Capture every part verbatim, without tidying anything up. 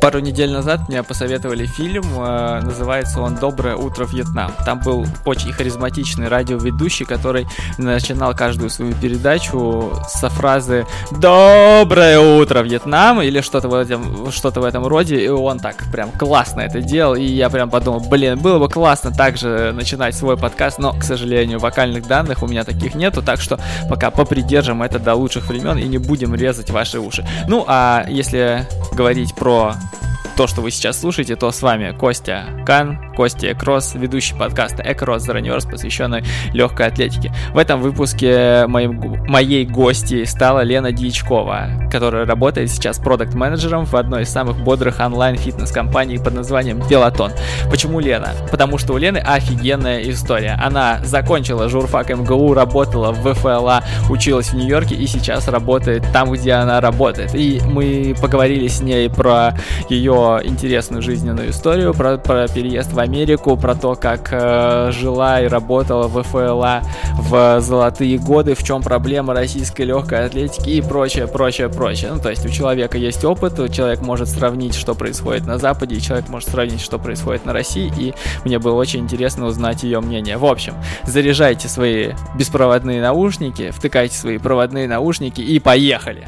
Пару недель назад мне посоветовали фильм, э, называется он «Доброе утро, Вьетнам». Там был очень харизматичный радиоведущий, который начинал каждую свою передачу со фразы «Доброе утро, Вьетнам» или что-то в этом, что-то в этом роде, и он так прям классно это делал, и я прям подумал, блин, было бы классно также начинать свой подкаст, но, к сожалению, вокальных данных у меня таких нету, так что пока попридержим это до лучших времен и не будем резать ваши уши. Ну, а если говорить про то, что вы сейчас слушаете, то с вами Костя Кан, Костя Экрос, ведущий подкаста Экрос The Runners, посвященный легкой атлетике. В этом выпуске моим, моей гостьей стала Лена Дьячкова, которая работает сейчас продакт-менеджером в одной из самых бодрых онлайн-фитнес-компаний под названием Peloton. Почему Лена? Потому что у Лены офигенная история. Она закончила журфак эм гэ у, работала в вэ эф эл а, училась в Нью-Йорке и сейчас работает там, где она работает. И мы поговорили с ней про ее интересную жизненную историю, про, про переезд в Америку, про то, как э, жила и работала в вэ эф эл а в золотые годы, в чем проблема российской легкой атлетики и прочее, прочее, прочее. Ну, то есть у человека есть опыт, человек может сравнить, что происходит на Западе, и человек может сравнить, что происходит на России, и мне было очень интересно узнать ее мнение. В общем, заряжайте свои беспроводные наушники, втыкайте свои проводные наушники и поехали!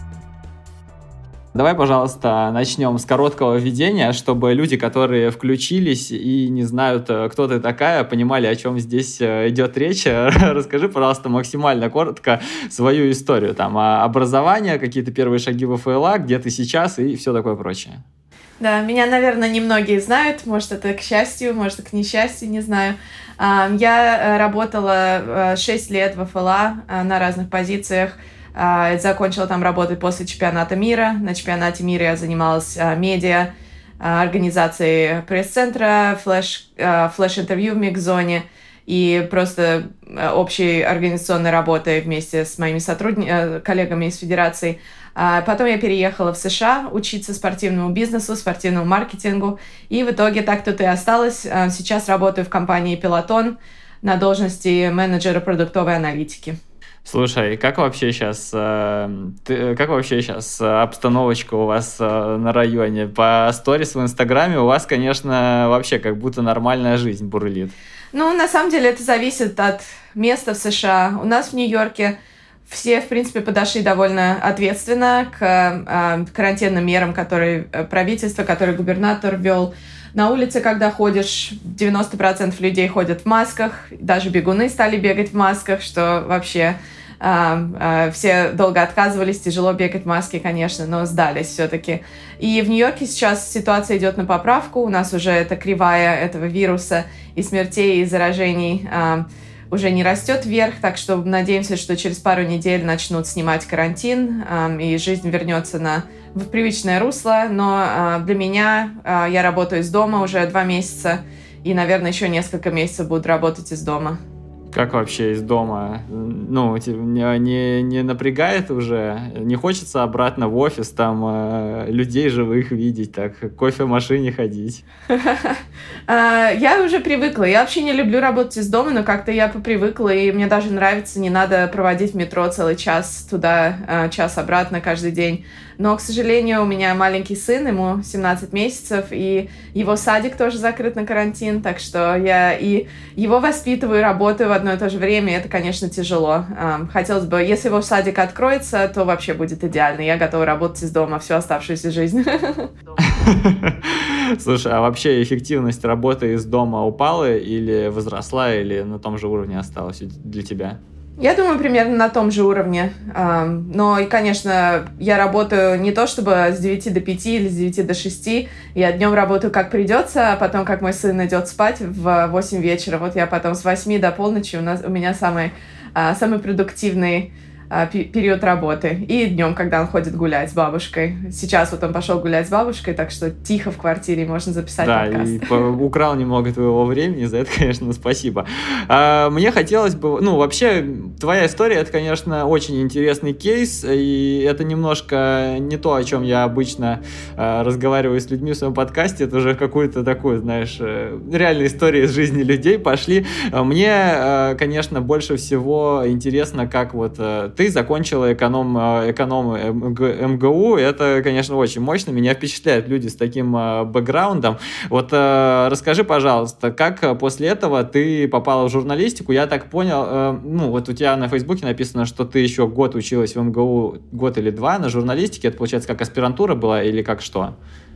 Давай, пожалуйста, начнем с короткого введения, чтобы люди, которые включились и не знают, кто ты такая, понимали, о чем здесь идет речь. Расскажи, пожалуйста, максимально коротко свою историю. Там, образование, какие-то первые шаги в вэ эф эл а, где ты сейчас и все такое прочее. Да, меня, наверное, немногие знают. Может, это к счастью, может, это к несчастью, не знаю. Я работала шесть лет в вэ эф эл а на разных позициях. Закончила там работать после чемпионата мира. На чемпионате мира я занималась медиа, организацией пресс-центра, флеш, флеш-интервью в микс-зоне и просто общей организационной работой вместе с моими сотрудниками, коллегами из федерации. Потом я переехала в США учиться спортивному бизнесу, спортивному маркетингу. И в итоге так тут и осталась. Сейчас работаю в компании Peloton на должности менеджера продуктовой аналитики. Слушай, как вообще сейчас, ты, как вообще сейчас обстановочка у вас на районе? По сторис в Инстаграме у вас, конечно, вообще как будто нормальная жизнь бурлит. Ну, на самом деле это зависит от места в США. У нас в Нью-Йорке все, в принципе, подошли довольно ответственно к э, карантинным мерам, которые правительство, которые губернатор ввел. На улице, когда ходишь, девяносто процентов людей ходят в масках, даже бегуны стали бегать в масках, что вообще э, э, все долго отказывались, тяжело бегать в маске, конечно, но сдались все-таки. И в Нью-Йорке сейчас ситуация идет на поправку, у нас уже эта кривая этого вируса и смертей, и заражений э, уже не растет вверх, так что надеемся, что через пару недель начнут снимать карантин, э, и жизнь вернется на в привычное русло, но э, для меня э, я работаю из дома уже два месяца и, наверное, еще несколько месяцев буду работать из дома. Как вообще из дома? Ну, не, не, не напрягает уже? Не хочется обратно в офис, там, э, людей живых видеть, так, к кофемашине ходить? Я уже привыкла. Я вообще не люблю работать из дома, но как-то я попривыкла, и мне даже нравится, не надо проводить в метро целый час туда, час обратно каждый день. Но, к сожалению, у меня маленький сын, ему семнадцать месяцев, и его садик тоже закрыт на карантин, так что я и его воспитываю, и работаю в одно и то же время, и это, конечно, тяжело. Хотелось бы, если его садик откроется, то вообще будет идеально. Я готова работать из дома всю оставшуюся жизнь. Слушай, а вообще эффективность работы из дома упала или возросла, или на том же уровне осталась для тебя? Я думаю, примерно на том же уровне. Но, и, конечно, я работаю не то чтобы с девяти до пяти или с девяти до шести. Я днем работаю как придется, а потом, как мой сын идет спать в восемь вечера. Вот я потом с восьми до полночи, у нас, у меня самый, самый продуктивный период работы. И днем, когда он ходит гулять с бабушкой. Сейчас вот он пошел гулять с бабушкой, так что тихо в квартире, можно записать да, подкаст. Да, и украл немного твоего времени, за это, конечно, спасибо. А, мне хотелось бы... Ну, вообще, твоя история, это, конечно, очень интересный кейс, и это немножко не то, о чем я обычно а, разговариваю с людьми в своем подкасте, это уже какую-то такую, знаешь, реальную историю из жизни людей пошли. Мне, а, конечно, больше всего интересно, как вот ты ты закончила эконом, эконом эм гэ у. Это, конечно, очень мощно. Меня впечатляют люди с таким бэкграундом. Вот расскажи, пожалуйста, как после этого ты попала в журналистику? Я так понял, ну, вот у тебя на Фейсбуке написано, что ты еще год училась в эм гэ у, год или два на журналистике. Это, получается, как аспирантура была или как что?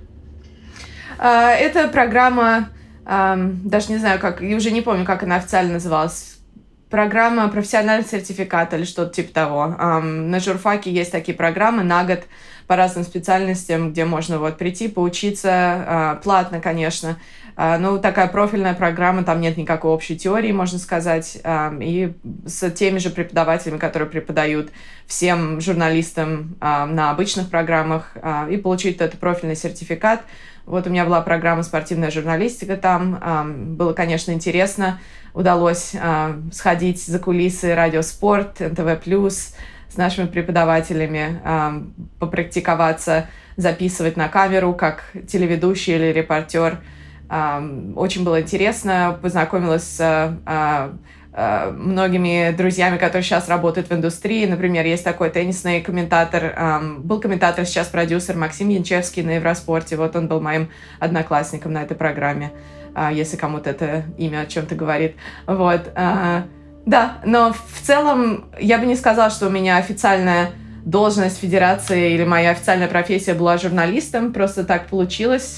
Это программа, даже не знаю, как, я уже не помню, как она официально называлась. Программа профессиональный сертификат или что-то типа того. Um, на журфаке есть такие программы на год по разным специальностям, где можно вот прийти, поучиться, uh, платно, конечно. Uh, ну, такая профильная программа, там нет никакой общей теории, можно сказать, uh, и с теми же преподавателями, которые преподают всем журналистам uh, на обычных программах, uh, и получить этот профильный сертификат. Вот у меня была программа «Спортивная журналистика» там. Uh, было, конечно, интересно. Удалось э, сходить за кулисы «Радио Спорт», эн тэ вэ плюс, с нашими преподавателями, э, попрактиковаться, записывать на камеру, как телеведущий или репортер. Э, очень было интересно. Познакомилась с э, э, многими друзьями, которые сейчас работают в индустрии. Например, есть такой теннисный комментатор, э, был комментатор, сейчас продюсер Максим Янчевский на Евроспорте. Вот он был моим одноклассником на этой программе, если кому-то это имя о чем-то говорит. Вот. Да, но в целом я бы не сказала, что у меня официальная должность федерации или моя официальная профессия была журналистом. Просто так получилось.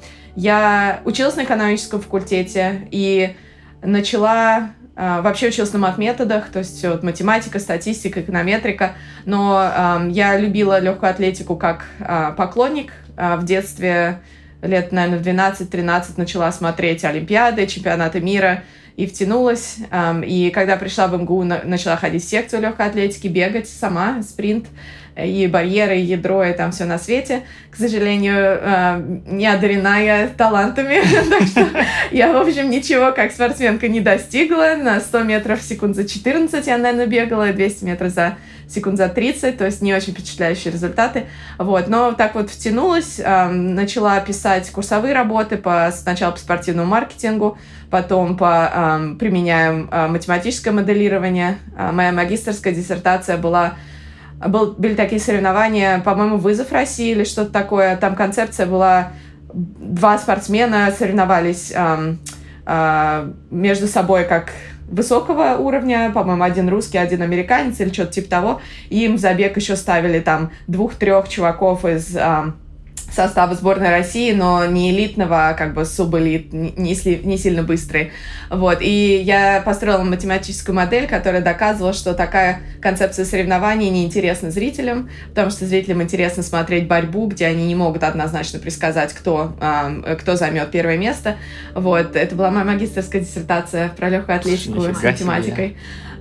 Я училась на экономическом факультете и начала... Вообще училась на матметодах, то есть вот математика, статистика, эконометрика. Но я любила легкую атлетику как поклонник. В детстве лет, наверное, в двенадцать-тринадцать начала смотреть Олимпиады, чемпионаты мира и втянулась. И когда пришла в эм гэ у, начала ходить в секцию легкой атлетики, бегать сама, спринт, и барьеры, и ядро, и там все на свете. К сожалению, не одарена я талантами, так что я, в общем, ничего как спортсменка не достигла. На сто метров в секунд за четырнадцать я, наверное, бегала, и двести метров за секунд за тридцать, то есть не очень впечатляющие результаты. Вот. Но так вот втянулась, начала писать курсовые работы по, сначала по спортивному маркетингу, потом по применяем математическое моделирование. Моя магистерская диссертация была Был, были такие соревнования, по-моему, «Вызов России» или что-то такое. Там концепция была, два спортсмена соревновались э, э, между собой как высокого уровня, по-моему, один русский, один американец или что-то типа того. И им в забег еще ставили там двух-трех чуваков из э, состава сборной России, но не элитного, а как бы субэлит, не, не сильно быстрый. Вот. И я построила математическую модель, которая доказывала, что такая концепция соревнований неинтересна зрителям, потому что зрителям интересно смотреть борьбу, где они не могут однозначно предсказать, кто, э, кто займет первое место. Вот. Это была моя магистерская диссертация про легкую атлетику с математикой.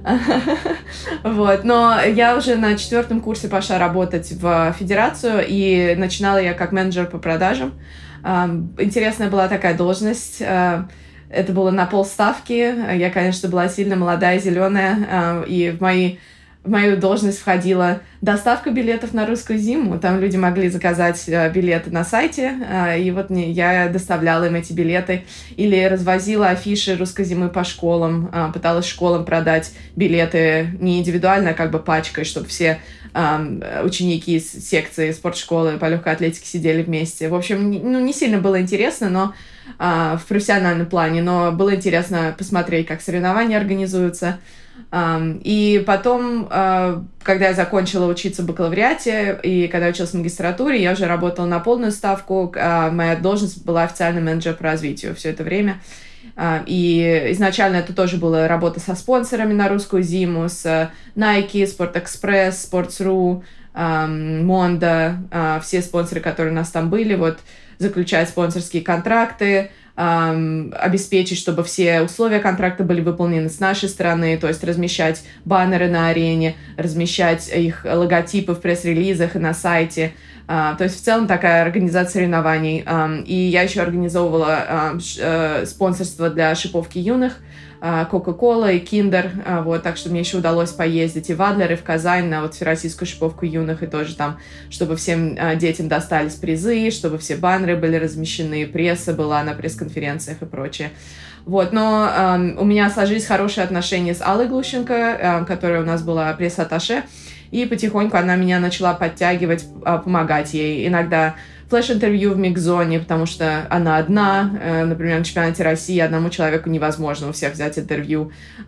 Вот. Но я уже на четвертом курсе пошла работать в федерацию, и начинала я как менеджер по продажам. Интересная была такая должность. Это было на полставки. Я, конечно, была сильно молодая, зеленая, и в мои В мою должность входила доставка билетов на русскую зиму. Там люди могли заказать билеты на сайте, и вот я доставляла им эти билеты. Или развозила афиши русской зимы по школам, пыталась школам продать билеты не индивидуально, а как бы пачкой, чтобы все ученики из секции спортшколы по легкой атлетике сидели вместе. В общем, ну, не сильно было интересно, но в профессиональном плане, но было интересно посмотреть, как соревнования организуются. И потом, когда я закончила учиться в бакалавриате, и когда училась в магистратуре, я уже работала на полную ставку. Моя должность была официальный менеджер по развитию все это время. И изначально это тоже была работа со спонсорами на русскую зиму, с Nike, Спортэкспресс, Sports.ru, Mondo, все спонсоры, которые у нас там были, вот, заключать спонсорские контракты, обеспечить, чтобы все условия контракта были выполнены с нашей стороны, то есть размещать баннеры на арене, размещать их логотипы в пресс-релизах и на сайте. То есть в целом такая организация соревнований. И я еще организовывала спонсорство для шиповки юных, Coca-Cola и Kinder, вот, так что мне еще удалось поездить и в Адлер, и в Казань на вот всероссийскую шиповку юных, и тоже там, чтобы всем детям достались призы, чтобы все баннеры были размещены, пресса была на пресс-конференциях и прочее. Вот, но э, у меня сложились хорошие отношения с Аллой Глущенко, э, которая у нас была пресс-атташе, И потихоньку она меня начала подтягивать, помогать ей. Иногда флеш-интервью в микс-зоне, потому что она одна, например, на чемпионате России одному человеку невозможно у всех взять интервью.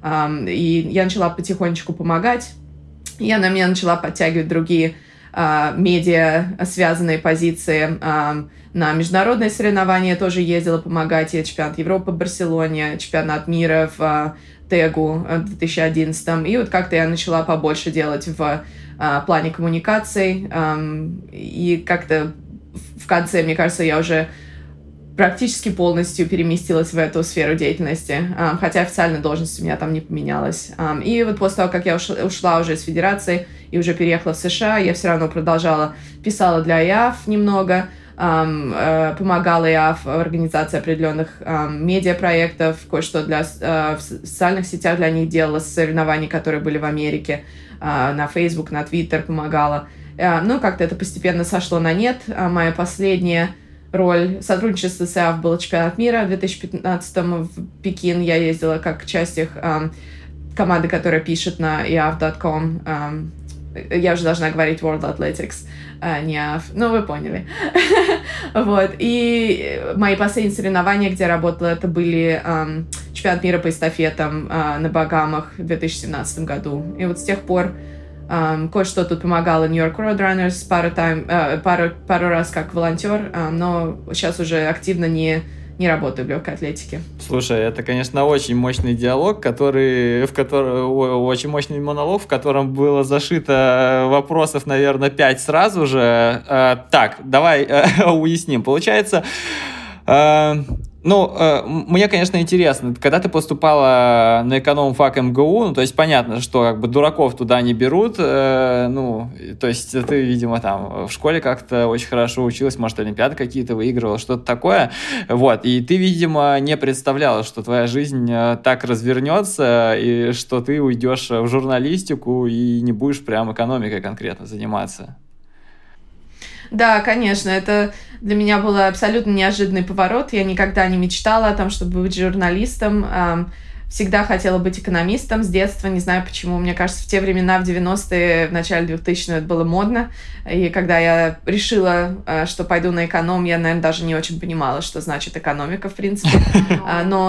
И я начала потихонечку помогать, и она меня начала подтягивать другие медиа, связанные позиции. На международные соревнования тоже ездила помогать. Я чемпионат Европы в Барселоне, чемпионат мира в Тегу в две тысячи одиннадцатом. И вот как-то я начала побольше делать в плане коммуникаций. И как-то в конце, мне кажется, я уже практически полностью переместилась в эту сферу деятельности, хотя официально должность у меня там не поменялась. И вот после того, как я ушла уже из федерации и уже переехала в США, я все равно продолжала, писала для ай эй эф немного, помогала ай эй эф в организации определенных медиапроектов, кое-что для, в социальных сетях для них делала, соревнований, которые были в Америке, на Facebook, на Twitter помогала. Но как-то это постепенно сошло на нет. Моя последняя роль сотрудничества с ай эй эф был чемпионат мира в две тысячи пятнадцатом в Пекин. Я ездила как часть их эм, команды, которая пишет на ай эй эф точка ком. Эм, я уже должна говорить World Athletics, а не ай эй эф. Ну, вы поняли. Вот. И мои последние соревнования, где я работала, это были эм, чемпионат мира по эстафетам э, на Багамах в две тысячи семнадцатом году. И вот с тех пор Um, кое-что тут помогала New York Roadrunners пару, тайм, uh, пару, пару раз как волонтер, uh, но сейчас уже активно не, не работаю в легкой атлетике. Слушай, это, конечно, очень мощный диалог, который, в котором, очень мощный монолог, в котором было зашито вопросов, наверное, пять сразу же. Uh, так, давай uh, уясним. Получается... Uh, Ну, э, мне, конечно, интересно, когда ты поступала на эконом-фак эм гэ у, ну, то есть понятно, что как бы дураков туда не берут, э, ну, то есть ты, видимо, там в школе как-то очень хорошо училась, может, олимпиады какие-то выигрывала, что-то такое, вот, и ты, видимо, не представляла, что твоя жизнь так развернется, и что ты уйдешь в журналистику и не будешь прям экономикой конкретно заниматься. Да, конечно, это для меня был абсолютно неожиданный поворот. Я никогда не мечтала о том, чтобы быть журналистом. Всегда хотела быть экономистом с детства, не знаю почему. Мне кажется, в те времена, в девяностые, в начале двухтысячных, это было модно. И когда я решила, что пойду на эконом, я, наверное, даже не очень понимала, что значит экономика, в принципе. Но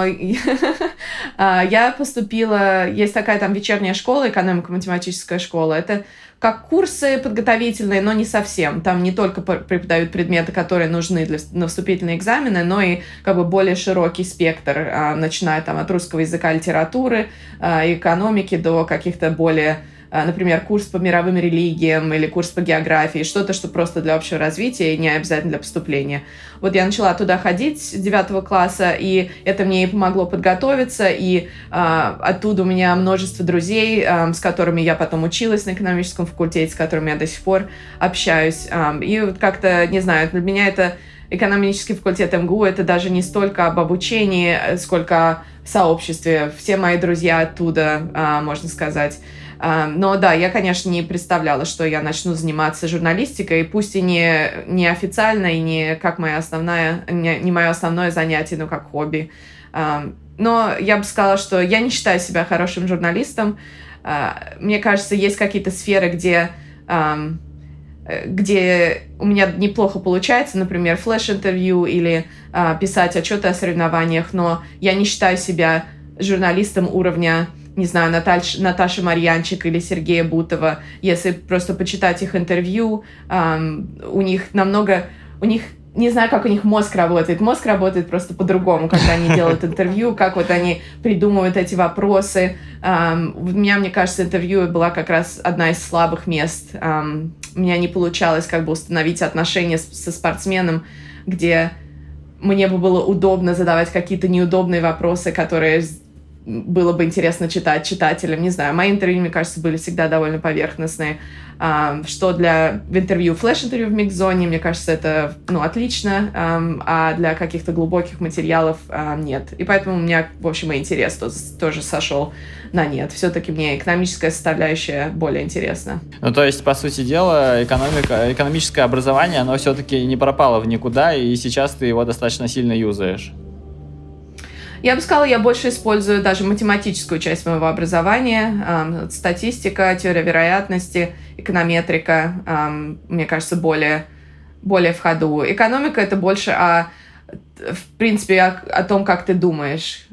я поступила... Есть такая там вечерняя школа, экономико-математическая школа. Это как курсы подготовительные, но не совсем. Там не только преподают предметы, которые нужны для, на вступительные экзамены, но и как бы более широкий спектр, начиная там от русского языка, литературы, экономики до каких-то более, например, курс по мировым религиям или курс по географии, что-то, что просто для общего развития и не обязательно для поступления. Вот я начала туда ходить с девятого класса, и это мне и помогло подготовиться, и а, оттуда у меня множество друзей, а, с которыми я потом училась на экономическом факультете, с которыми я до сих пор общаюсь. А, и вот как-то, не знаю, для меня это экономический факультет эм гэ у, это даже не столько об обучении, сколько о сообществе. Все мои друзья оттуда, а, можно сказать. Но да, я, конечно, не представляла, что я начну заниматься журналистикой, пусть и не, не официально, и не как моя основная, не, не мое основное занятие, но как хобби. Но я бы сказала, что я не считаю себя хорошим журналистом. Мне кажется, есть какие-то сферы, где, где у меня неплохо получается, например, флеш-интервью или писать отчеты о соревнованиях, но я не считаю себя журналистом уровня, не знаю, Натальш, Наташи Марьянчик или Сергея Бутова. Если просто почитать их интервью, эм, у них намного... У них... Не знаю, как у них мозг работает. Мозг работает просто по-другому, когда они делают интервью, как вот они придумывают эти вопросы. Эм, у меня, мне кажется, интервью была как раз одна из слабых мест. Эм, у меня не получалось как бы установить отношения с, со спортсменом, где мне бы было удобно задавать какие-то неудобные вопросы, которые... было бы интересно читать читателям. Не знаю, мои интервью, мне кажется, были всегда довольно поверхностные. Что для в интервью, флеш-интервью в микс-зоне, мне кажется, это ну, отлично, а для каких-то глубоких материалов нет. И поэтому у меня, в общем, и интерес тоже сошел на нет. Все-таки мне экономическая составляющая более интересна. Ну, то есть, по сути дела, экономика, экономическое образование, оно все-таки не пропало в никуда, и сейчас ты его достаточно сильно юзаешь. Я бы сказала, я больше использую даже математическую часть моего образования. Статистика, теория вероятности, эконометрика, мне кажется, более, более в ходу. Экономика — это больше о, в принципе, о, о том, как ты думаешь.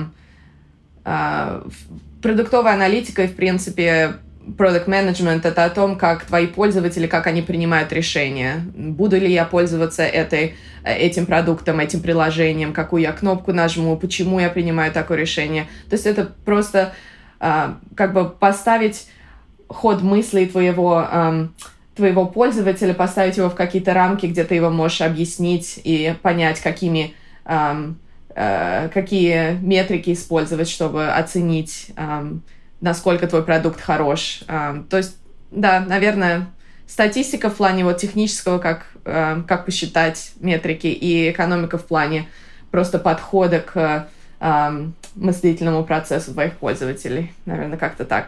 Продуктовая аналитика и, в принципе, product management — это о том, как твои пользователи, как они принимают решения. Буду ли я пользоваться этой, этим продуктом, этим приложением, какую я кнопку нажму, почему я принимаю такое решение. То есть это просто а, как бы поставить ход мыслей твоего, а, твоего пользователя, поставить его в какие-то рамки, где ты его можешь объяснить и понять, какими, а, а, какие метрики использовать, чтобы оценить, а, насколько твой продукт хорош. То есть, да, наверное, статистика в плане вот технического, как, как посчитать метрики, и экономика в плане просто подхода к мыслительному процессу твоих пользователей. Наверное, как-то так.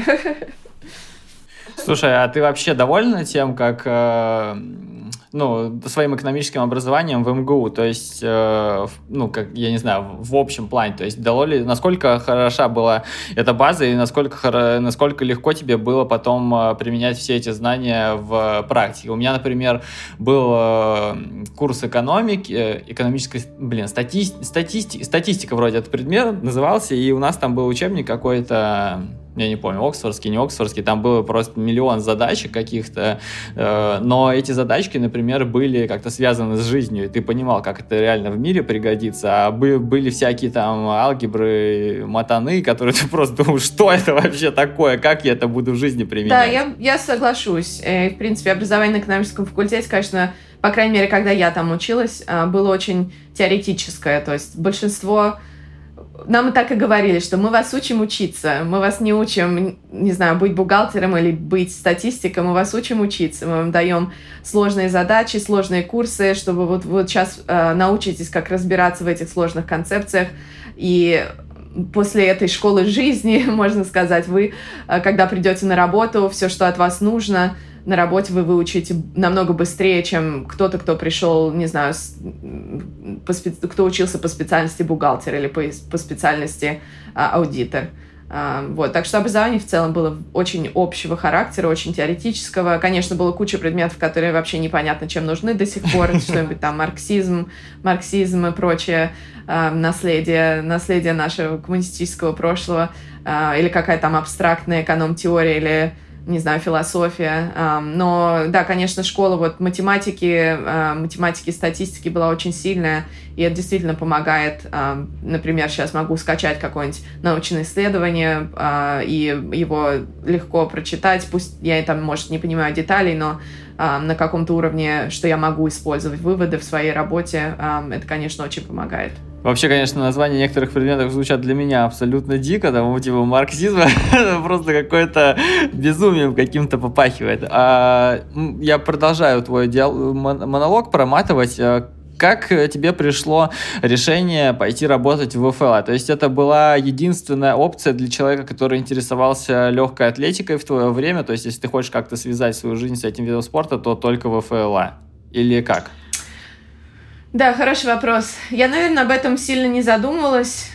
Слушай, а ты вообще довольна тем, как, э, ну, своим экономическим образованием в эм гэ у? То есть, э, ну, как, я не знаю, в общем плане, то есть, дало ли, насколько хороша была эта база и насколько, насколько легко тебе было потом применять все эти знания в практике? У меня, например, был э, курс экономики, экономической, блин, стати, статисти, статистика вроде этот предмет назывался, и у нас там был учебник какой-то, я не помню, оксфордский, не оксфордский, там было просто миллион задачек каких-то, э, но эти задачки, например, были как-то связаны с жизнью, и ты понимал, как это реально в мире пригодится, а были, были всякие там алгебры, матаны, которые ты просто думаешь, что это вообще такое, как я это буду в жизни применять? Да, я, я соглашусь. В принципе, образование на экономическом факультете, конечно, по крайней мере, когда я там училась, было очень теоретическое, то есть большинство... Нам и так и говорили, что мы вас учим учиться, мы вас не учим, не знаю, быть бухгалтером или быть статистиком, мы вас учим учиться, мы вам даем сложные задачи, сложные курсы, чтобы вот вы вот сейчас э, научитесь, как разбираться в этих сложных концепциях, и после этой школы жизни, можно сказать, вы, э, когда придете на работу, все, что от вас нужно, на работе вы выучите намного быстрее, чем кто-то, кто пришел, не знаю, с, по спе- кто учился по специальности бухгалтер или по, по специальности а, аудитор. А, вот. Так что образование в целом было очень общего характера, очень теоретического. Конечно, было куча предметов, которые вообще непонятно, чем нужны до сих пор. Что-нибудь там марксизм, марксизм и прочее, а, наследие, наследие нашего коммунистического прошлого, а, или какая-то там абстрактная эконом-теория, или не знаю, философия. Но, да, конечно, школа вот математики, математики, статистики была очень сильная, и это действительно помогает. Например, сейчас могу скачать какое-нибудь научное исследование, и его легко прочитать, пусть я там, может, не понимаю деталей, но на каком-то уровне, что я могу использовать выводы в своей работе, это, конечно, очень помогает. Вообще, конечно, названия некоторых предметов звучат для меня абсолютно дико, там, типа марксизм, это просто какое-то безумием каким-то попахивает. А я продолжаю твой диалог, монолог проматывать. Как тебе пришло решение пойти работать в ВФЛА? То есть это была единственная опция для человека, который интересовался легкой атлетикой в твое время? То есть если ты хочешь как-то связать свою жизнь с этим видом спорта, то только ВФЛА? Или как? Да, хороший вопрос. Я, наверное, об этом сильно не задумывалась.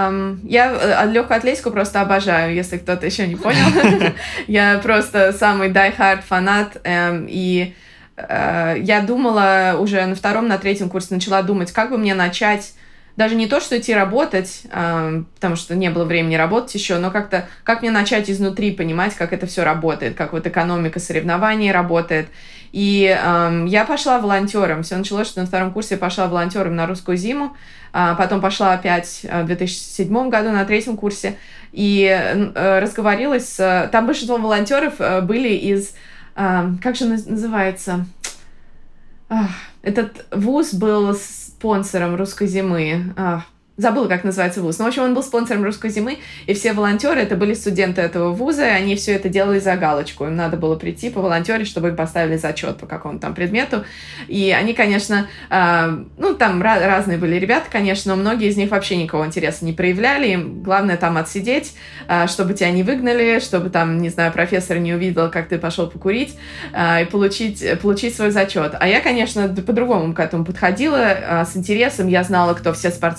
Я легкую атлетику просто обожаю, если кто-то еще не понял. Я просто самый die-hard фанат. И я думала уже на втором, на третьем курсе, начала думать, как бы мне начать, даже не то, что идти работать, потому что не было времени работать еще, но как-то, как мне начать изнутри понимать, как это все работает, как вот экономика соревнований работает. И э, я пошла волонтером. Все началось, что на втором курсе я пошла волонтером на русскую зиму. А потом пошла опять в две тысячи седьмом году на третьем курсе. И э, разговорилась с... Там большинство волонтеров были из... Э, как же называется? Ах, этот вуз был спонсором русской зимы. Ах, забыла, как называется вуз. Но, в общем, он был спонсором русской зимы, и все волонтеры, это были студенты этого вуза, и они все это делали за галочку. Им надо было прийти поволонтерить, чтобы им поставили зачет по какому-то там предмету. И они, конечно, э, ну, там ra- разные были ребята, конечно, но многие из них вообще никакого интереса не проявляли. Им главное там отсидеть, э, чтобы тебя не выгнали, чтобы там, не знаю, профессор не увидел, как ты пошел покурить, э, и получить, получить свой зачет. А я, конечно, по-другому к этому подходила, э, с интересом. Я знала, кто все спортсмены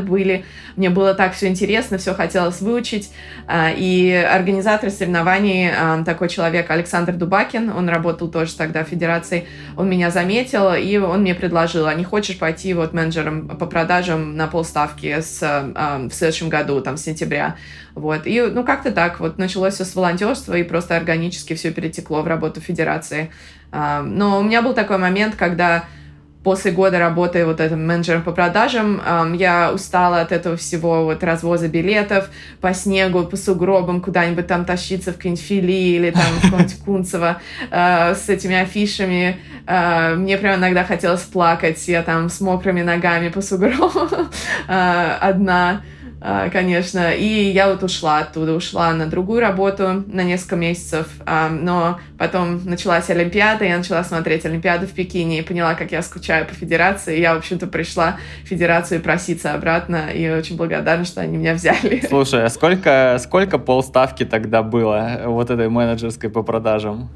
были. Мне было так все интересно, все хотелось выучить. И организатор соревнований, такой человек Александр Дубакин, он работал тоже тогда в федерации, он меня заметил, и он мне предложил: а не хочешь пойти вот менеджером по продажам на полставки с, в следующем году, там, с сентября. Вот. И, ну, как-то так вот началось все с волонтерства, и просто органически все перетекло в работу федерации. Но у меня был такой момент, когда после года работы вот этим менеджером по продажам я устала от этого всего, вот развоза билетов по снегу, по сугробам, куда-нибудь там тащиться в какие-нибудь Фили или там в какое-нибудь Кунцево с этими афишами. Мне прям иногда хотелось плакать. Я там с мокрыми ногами по сугробу одна. Конечно, и я вот ушла оттуда, ушла на другую работу на несколько месяцев, но потом началась Олимпиада, я начала смотреть Олимпиаду в Пекине и поняла, как я скучаю по федерации, и я, в общем-то, пришла в федерацию проситься обратно, и очень благодарна, что они меня взяли. Слушай, а сколько, сколько полставки тогда было вот этой менеджерской по продажам?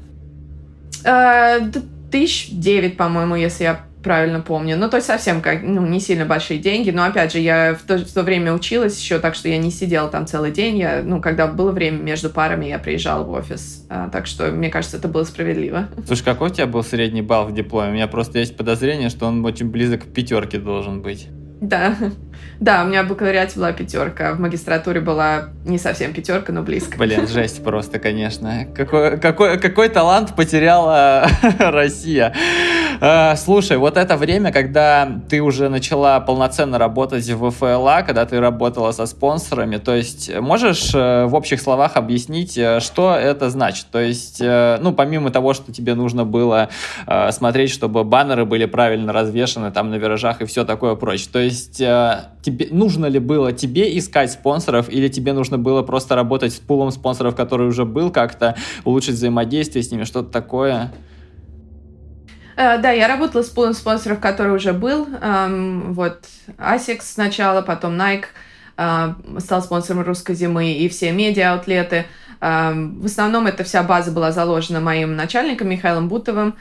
Тысяч девять, по-моему, если я правильно помню. Ну, то есть совсем как, ну, не сильно большие деньги, но, опять же, я в то, в то время училась еще, так что я не сидела там целый день. Я, ну, когда было время между парами, я приезжала в офис. А, так что, мне кажется, это было справедливо. Слушай, какой у тебя был средний балл в дипломе? У меня просто есть подозрение, что он очень близок к пятерке должен быть. Да, да, у меня в бакалавриате была пятерка, в магистратуре была не совсем пятерка, но близко. Блин, жесть просто, конечно. Какой, какой, какой талант потеряла Россия. Слушай, вот это время, когда ты уже начала полноценно работать в ВФЛА, когда ты работала со спонсорами, то есть можешь в общих словах объяснить, что это значит? То есть, ну, помимо того, что тебе нужно было смотреть, чтобы баннеры были правильно развешаны там на виражах и все такое прочее, то есть тебе нужно ли было тебе искать спонсоров, или тебе нужно было просто работать с пулом спонсоров, который уже был, как-то улучшить взаимодействие с ними, что-то такое? Да, я работала с пулом спонсоров, который уже был. Вот Asics сначала, потом Nike стал спонсором русской зимы, и все медиа-аутлеты. В основном эта вся база была заложена моим начальником Михаилом Бутовым.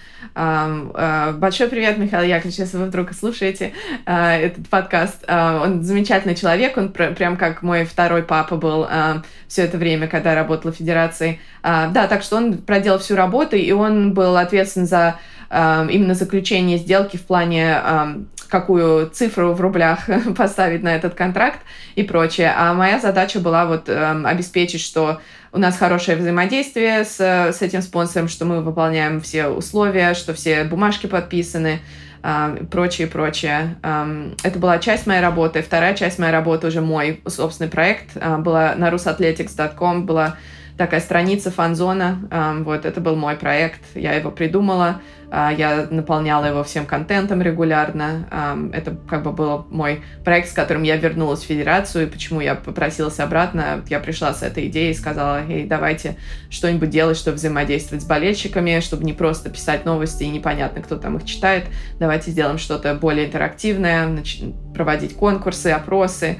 Большой привет, Михаил Яковлевич, если вы вдруг слушаете этот подкаст. Он замечательный человек, он прям как мой второй папа был все это время, когда я работала в федерации. Да, так что он проделал всю работу, и он был ответственен за именно заключение сделки в плане, какую цифру в рублях поставить на этот контракт и прочее. А моя задача была вот обеспечить, что у нас хорошее взаимодействие с, с этим спонсором, что мы выполняем все условия, что все бумажки подписаны, прочее, прочее. Это была часть моей работы. Вторая часть моей работы, уже мой собственный проект, была на rusathletix точка ком, была такая страница фан-зона. Вот, это был мой проект, я его придумала, я наполняла его всем контентом регулярно. Это как бы был мой проект, с которым я вернулась в федерацию, и почему я попросилась обратно. Я пришла с этой идеей и сказала: эй, давайте что-нибудь делать, чтобы взаимодействовать с болельщиками, чтобы не просто писать новости и непонятно, кто там их читает. Давайте сделаем что-то более интерактивное, проводить конкурсы, опросы.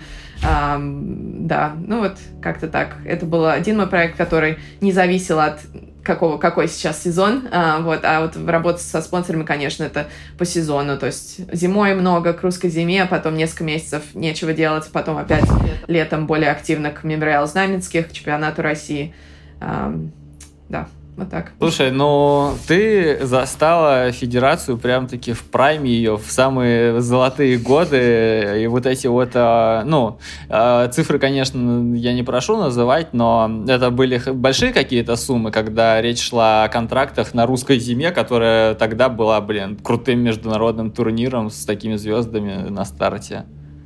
Um, да, ну вот как-то так. Это был один мой проект, который не зависел от какого, какой сейчас сезон, uh, вот, а вот работать со спонсорами, конечно, это по сезону, то есть зимой много к русской зиме, потом несколько месяцев нечего делать, потом опять летом более активно к Мемориалу Знаменских, к чемпионату России. Um, да. Вот так. Слушай, ну ты застала федерацию прям-таки в прайме ее, в самые золотые годы, и вот эти вот, ну, цифры, конечно, я не прошу называть, но это были большие какие-то суммы, когда речь шла о контрактах на русской зиме, которая тогда была, блин, крутым международным турниром с такими звездами на старте.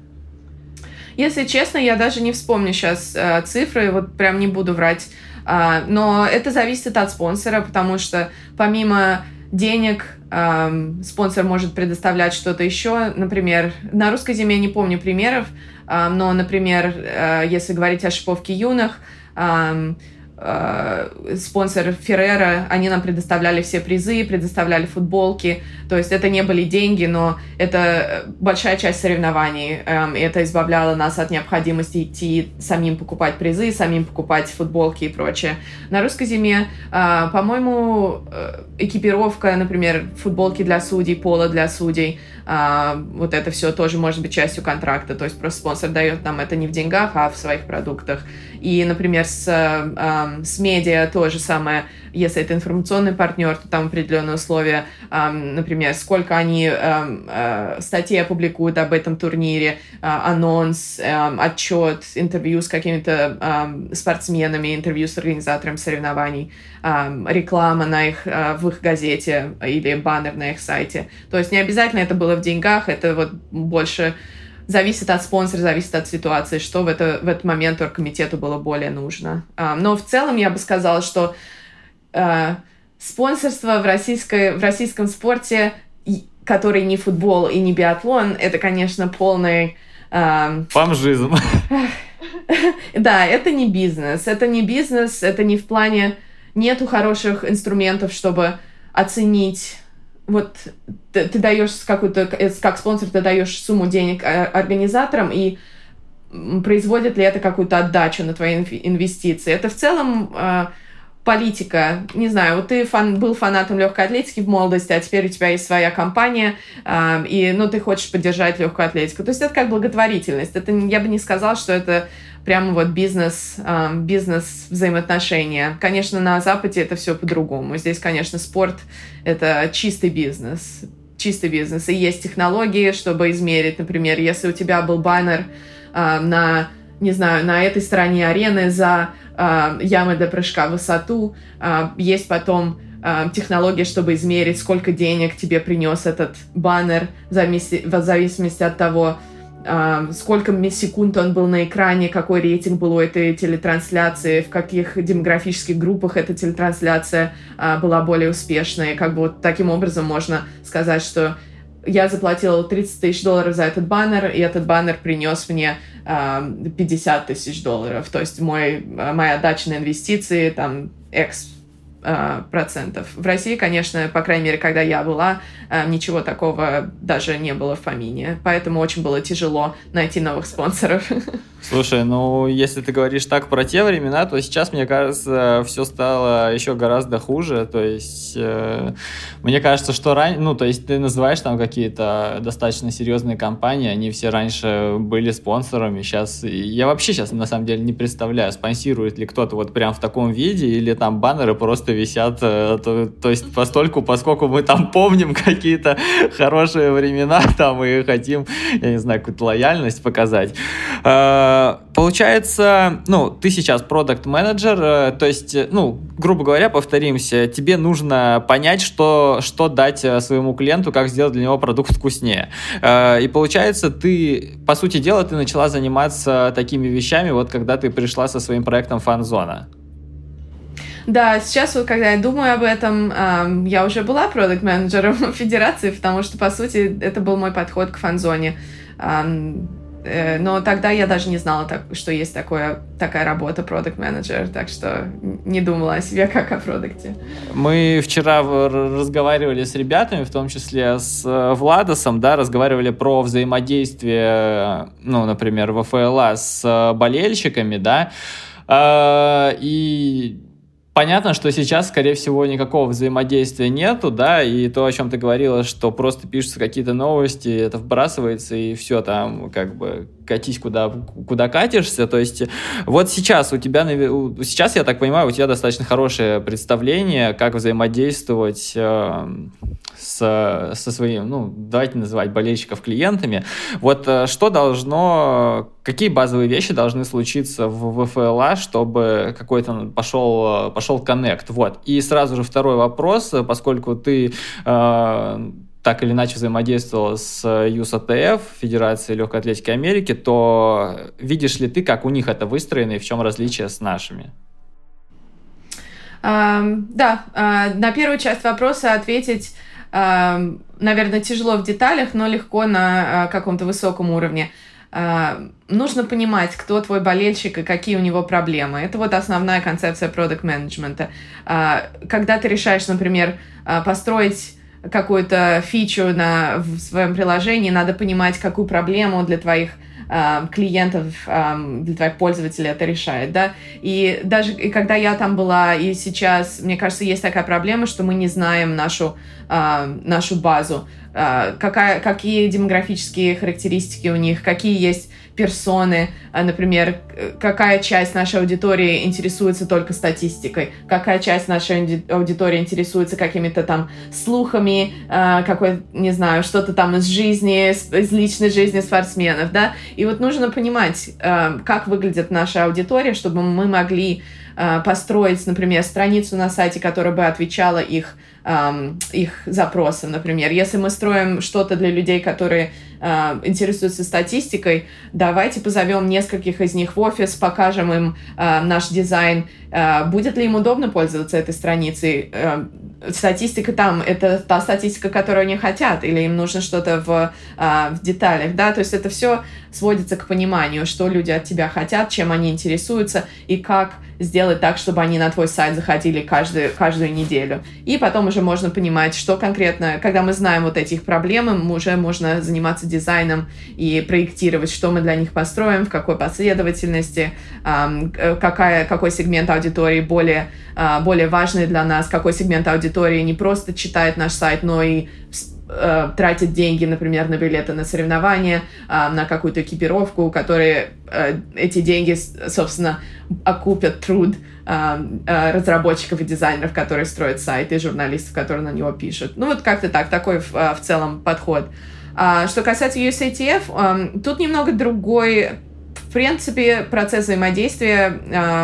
Если честно, я даже не вспомню сейчас э, цифры, вот прям не буду врать. Uh, но это зависит от спонсора, потому что помимо денег uh, спонсор может предоставлять что-то еще. Например, на русской зиме не помню примеров, uh, но, например, uh, если говорить о шиповке юных, uh, э, спонсор Ferrero, они нам предоставляли все призы, предоставляли футболки. То есть это не были деньги, но это большая часть соревнований. Э, и это избавляло нас от необходимости идти самим покупать призы, самим покупать футболки и прочее. На русской зиме, э, по-моему, э, экипировка, например, футболки для судей, поло для судей, э, вот это все тоже может быть частью контракта. То есть просто спонсор дает нам это не в деньгах, а в своих продуктах. И, например, с, э, с медиа то же самое. Если это информационный партнер, то там определенные условия. Э, например, сколько они э, э, статей опубликуют об этом турнире, э, анонс, э, отчет, интервью с какими-то э, спортсменами, интервью с организатором соревнований, э, реклама на их, э, в их газете или баннер на их сайте. То есть не обязательно это было в деньгах, это вот больше... Зависит от спонсора, зависит от ситуации, что в, это, в этот момент оргкомитету было более нужно. Но в целом я бы сказала, что э, спонсорство в, российской, в российском спорте, который не футбол и не биатлон, это, конечно, полный... Э, Бомжизм. Да, это не бизнес. Это не бизнес, это не в плане... Нету хороших инструментов, чтобы оценить... Вот ты, ты даешь какую-то, как спонсор, ты даешь сумму денег организаторам, и производит ли это какую-то отдачу на твои инвестиции. Это в целом э, политика. Не знаю, вот ты фан, был фанатом легкой атлетики в молодости, а теперь у тебя есть своя компания, э, и ну, ты хочешь поддержать легкую атлетику. То есть это как благотворительность. Это, я бы не сказала, что это прямо вот бизнес, э, бизнес взаимоотношения. Конечно, на Западе это все по-другому. Здесь, конечно, спорт — это чистый бизнес. Чистый бизнес. И есть технологии, чтобы измерить. Например, если у тебя был баннер э, на, не знаю, на этой стороне арены за э, ямой для прыжка в высоту, э, есть потом э, технология, чтобы измерить, сколько денег тебе принес этот баннер в зависимости, в зависимости от того, сколько секунд он был на экране, какой рейтинг был у этой телетрансляции, в каких демографических группах эта телетрансляция а, была более успешной. И как бы вот таким образом можно сказать, что я заплатила тридцать тысяч долларов за этот баннер, и этот баннер принес мне а, пятьдесят тысяч долларов. То есть мой, моя отдача на инвестиции, там, X процентов. В России, конечно, по крайней мере, когда я была, ничего такого даже не было в помине. Поэтому очень было тяжело найти новых спонсоров. Слушай, ну, если ты говоришь так про те времена, то сейчас, мне кажется, все стало еще гораздо хуже. То есть, э, мне кажется, что раньше, ну, то есть ты называешь там какие-то достаточно серьезные компании, они все раньше были спонсорами. Сейчас, я вообще сейчас, на самом деле, не представляю, спонсирует ли кто-то вот прям в таком виде, или там баннеры просто висят, э, то, то есть постольку, поскольку мы там помним какие-то хорошие времена, там, и хотим, я не знаю, какую-то лояльность показать. Получается, ну, ты сейчас продакт-менеджер, то есть, ну, грубо говоря, повторимся, тебе нужно понять, что, что дать своему клиенту, как сделать для него продукт вкуснее. И получается, ты, по сути дела, ты начала заниматься такими вещами, вот когда ты пришла со своим проектом «Фан-зона». Да, сейчас вот, когда я думаю об этом, э, я уже была продакт-менеджером Федерации, потому что, по сути, это был мой подход к фан-зоне. Э, э, но тогда я даже не знала, так, что есть такое, такая работа продакт-менеджер, так что не думала о себе как о продукте. Мы вчера разговаривали с ребятами, в том числе с Владосом, да, разговаривали про взаимодействие, ну, например, ВФЛА с болельщиками, да, э, и... Понятно, что сейчас, скорее всего, никакого взаимодействия нету, да, и то, о чем ты говорила, что просто пишутся какие-то новости, это вбрасывается, и все, там, как бы, катись куда, куда катишься, то есть вот сейчас у тебя, сейчас, я так понимаю, у тебя достаточно хорошее представление, как взаимодействовать э, с, со своим, ну, давайте называть болельщиков клиентами, вот что должно, какие базовые вещи должны случиться в ВФЛА, чтобы какой-то пошел, пошел коннект, вот, и сразу же второй вопрос, поскольку ты э, так или иначе взаимодействовал с ю эс эй ти эф, Федерацией легкой атлетики Америки, то видишь ли ты, как у них это выстроено и в чем различие с нашими? Uh, да, uh, на первую часть вопроса ответить, uh, наверное, тяжело в деталях, но легко на uh, каком-то высоком уровне. нужно понимать, кто твой болельщик и какие у него проблемы. Это вот основная концепция продакт-менеджмента. Когда ты решаешь, например, построить какую-то фичу на, в своем приложении, надо понимать, какую проблему для твоих э, клиентов, э, для твоих пользователей это решает, да. И даже и когда я там была, и сейчас, мне кажется, есть такая проблема, что мы не знаем нашу, э, нашу базу, э, какая, какие демографические характеристики у них, какие есть персоны, например, какая часть нашей аудитории интересуется только статистикой, какая часть нашей аудитории интересуется какими-то там слухами, какой, не знаю, что-то там из жизни, из личной жизни спортсменов, да, и вот нужно понимать, как выглядит наша аудитория, чтобы мы могли построить, например, страницу на сайте, которая бы отвечала их, их запросам, например. Если мы строим что-то для людей, которые интересуются статистикой, давайте позовем нескольких из них в офис, покажем им наш дизайн. Будет ли им удобно пользоваться этой страницей? Статистика там — это та статистика, которую они хотят, или им нужно что-то в, в деталях, да, то есть это все сводится к пониманию, что люди от тебя хотят, чем они интересуются, и как сделать так, чтобы они на твой сайт заходили каждую, каждую неделю. И потом уже можно понимать, что конкретно, когда мы знаем вот эти их проблемы, уже можно заниматься дизайном и проектировать, что мы для них построим, в какой последовательности, какая, какой сегмент аудитории более, более важный для нас, какой сегмент аудитории не просто читает наш сайт, но и тратит деньги, например, на билеты на соревнования, на какую-то экипировку, которые эти деньги, собственно, окупят труд разработчиков и дизайнеров, которые строят сайт, и журналистов, которые на него пишут. Ну вот как-то так, такой в, в целом подход. Что касается ю эс эй ти эф, тут немного другой, в принципе, процесс взаимодействия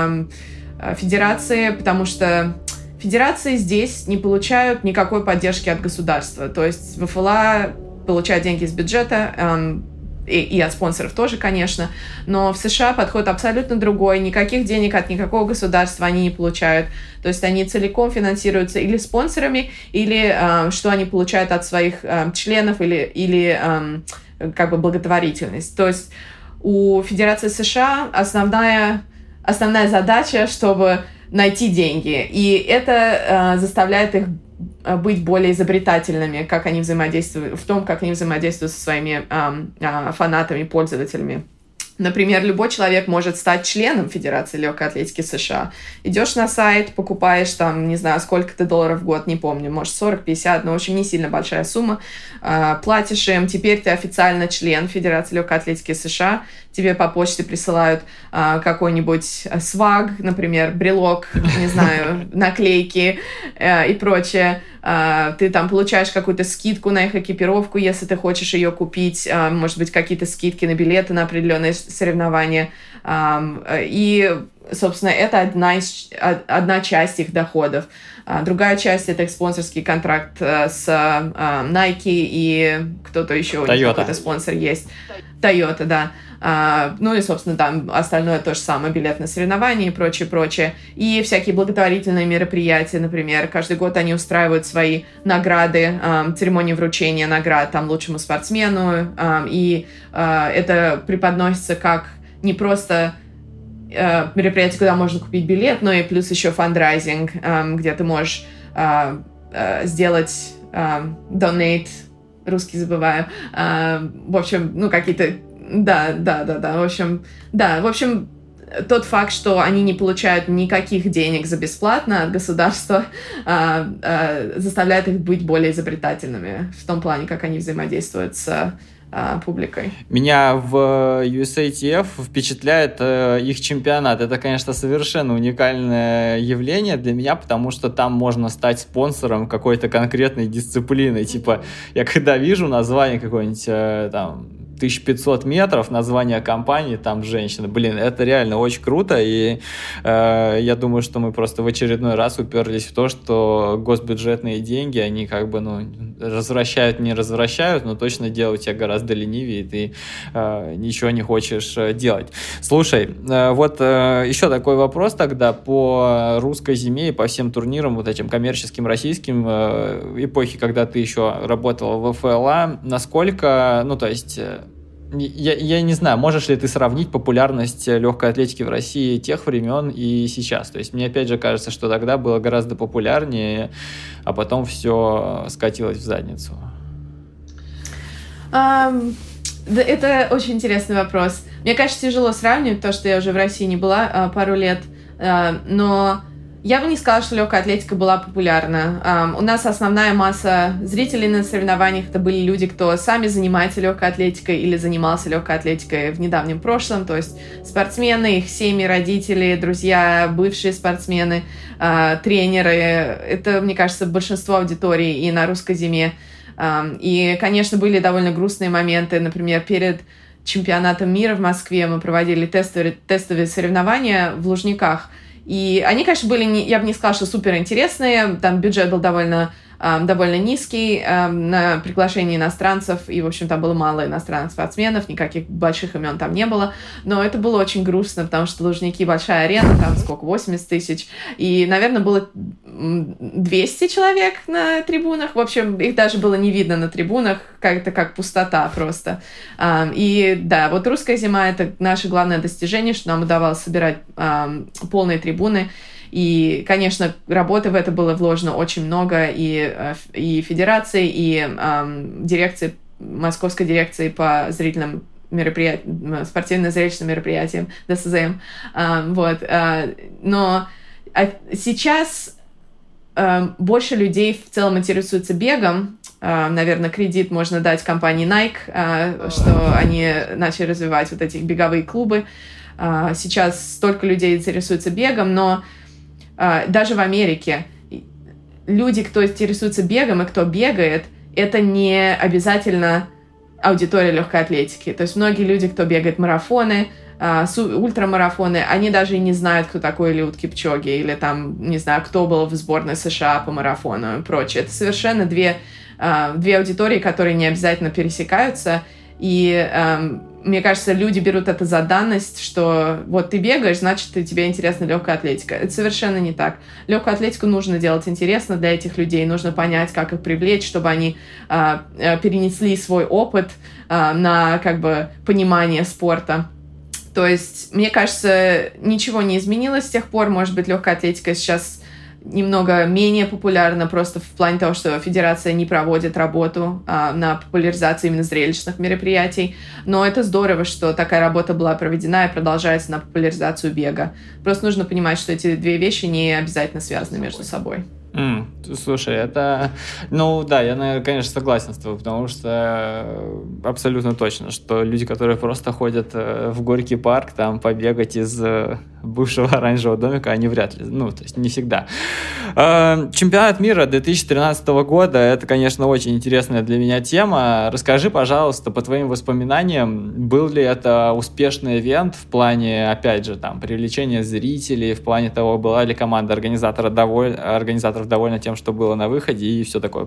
федерации, потому что федерации здесь не получают никакой поддержки от государства. То есть вэ эф эл а получает деньги из бюджета, эм, и, и от спонсоров тоже, конечно, но в США подход абсолютно другой. Никаких денег от никакого государства они не получают. То есть они целиком финансируются или спонсорами, или э, что они получают от своих э, членов, или, или э, как бы благотворительность. То есть у Федерации США основная, основная задача, чтобы найти деньги. И это э, заставляет их быть более изобретательными, как они взаимодействуют, в том, как они взаимодействуют со своими э, э, фанатами, пользователями. Например, любой человек может стать членом Федерации легкой атлетики США. Идешь на сайт, покупаешь там, не знаю, сколько-то долларов в год, не помню, может сорок-пятьдесят, но в общем не сильно большая сумма. Э, платишь им, теперь ты официально член Федерации легкой атлетики США. Тебе по почте присылают э, какой-нибудь сваг, например, брелок, не знаю, наклейки э, и прочее. Э, ты там получаешь какую-то скидку на их экипировку, если ты хочешь ее купить. Э, может быть, какие-то скидки на билеты на определенные соревнования. Э, и, собственно, это одна, из, одна часть их доходов. Э, другая часть — это их спонсорский контракт э, с э, Nike и кто-то еще, у них какой-то спонсор есть. Toyota, да. Uh, ну и, собственно, там остальное то же самое, билет на соревнования и прочее, прочее. И всякие благотворительные мероприятия, например. Каждый год они устраивают свои награды, um, церемонии вручения наград там лучшему спортсмену. Um, и uh, это преподносится как не просто uh, мероприятие, куда можно купить билет, но и плюс еще фандрайзинг, um, где ты можешь uh, uh, сделать uh, donate, русский забываю, uh, в общем, ну, какие-то Да, да, да, да. В общем, да, в общем, тот факт, что они не получают никаких денег за бесплатно от государства, а, а, заставляет их быть более изобретательными в том плане, как они взаимодействуют с а, публикой. Меня в ю эс эй ти эф впечатляет э, их чемпионат. Это, конечно, совершенно уникальное явление для меня, потому что там можно стать спонсором какой-то конкретной дисциплины. Типа, я когда вижу название какой-нибудь э, там тысяча пятьсот метров, название компании, там женщина. Блин, это реально очень круто, и э, я думаю, что мы просто в очередной раз уперлись в то, что госбюджетные деньги, они как бы, ну, развращают, не развращают, но точно делают тебя гораздо ленивее, и ты э, ничего не хочешь делать. Слушай, э, вот э, еще такой вопрос тогда по русской зиме и по всем турнирам, вот этим коммерческим российским, э, эпохи, когда ты еще работала в вэ эф эл а, насколько, ну, то есть... я, я не знаю, можешь ли ты сравнить популярность легкой атлетики в России тех времен и сейчас. То есть мне опять же кажется, что тогда было гораздо популярнее, а потом все скатилось в задницу. Um, да, это очень интересный вопрос. Мне кажется, тяжело сравнивать, потому что я уже в России не была uh, пару лет, uh, но я бы не сказала, что легкая атлетика была популярна. Um, у нас основная масса зрителей на соревнованиях это были люди, кто сами занимается легкой атлетикой или занимался легкой атлетикой в недавнем прошлом, то есть спортсмены, их семьи, родители, друзья, бывшие спортсмены, uh, тренеры. Это, мне кажется, большинство аудитории и на русской зиме. Um, и, конечно, были довольно грустные моменты. Например, перед чемпионатом мира в Москве мы проводили тестовые, тестовые соревнования в Лужниках. И они, конечно, были, не, я бы не сказала, что суперинтересные. Там бюджет был довольно, эм, довольно низкий эм, на приглашение иностранцев. И, в общем, там было мало иностранных спортсменов, никаких больших имен там не было. Но это было очень грустно, потому что Лужники большая арена, там сколько, восемьдесят тысяч. И, наверное, было двести человек на трибунах. В общем, их даже было не видно на трибунах, как-то как пустота просто. Um, и да, вот русская зима — это наше главное достижение, что нам удавалось собирать um, полные трибуны. И, конечно, работы в это было вложено очень много, и, и федерации, и um, дирекции, Московской дирекции по зрительным мероприятиям, спортивно-зрелищным мероприятиям, ДСЗМ. Um, вот. Uh, но сейчас больше людей в целом интересуются бегом. Наверное, кредит можно дать компании Nike, что они начали развивать вот эти беговые клубы. Сейчас столько людей интересуются бегом, но даже в Америке люди, кто интересуется бегом и кто бегает, это не обязательно аудитория легкой атлетики. То есть многие люди, кто бегает марафоны, ультрамарафоны, они даже и не знают, кто такой Элиуд Кипчоги, или там, не знаю, кто был в сборной США по марафону и прочее. Это совершенно две, две аудитории, которые не обязательно пересекаются, и мне кажется, люди берут это за данность, что вот ты бегаешь, значит, тебе интересна легкая атлетика. Это совершенно не так. Легкую атлетику нужно делать интересно для этих людей, нужно понять, как их привлечь, чтобы они перенесли свой опыт на, как бы, понимание спорта. То есть, мне кажется, ничего не изменилось с тех пор. Может быть, легкая атлетика сейчас немного менее популярна, просто в плане того, что федерация не проводит работу а, на популяризацию именно зрелищных мероприятий. Но это здорово, что такая работа была проведена и продолжается на популяризацию бега. Просто нужно понимать, что эти две вещи не обязательно связаны между собой. Mm, слушай, это... Ну да, я, наверное, конечно, согласен с тобой, потому что абсолютно точно, что люди, которые просто ходят в Горький парк, там, побегать из бывшего оранжевого домика, они вряд ли, ну, то есть не всегда. Чемпионат мира две тысячи тринадцатого года, это, конечно, очень интересная для меня тема. Расскажи, пожалуйста, по твоим воспоминаниям, был ли это успешный ивент в плане, опять же, там, привлечения зрителей, в плане того, была ли команда организатора довольна, организаторов довольна тем, что было на выходе и все такое?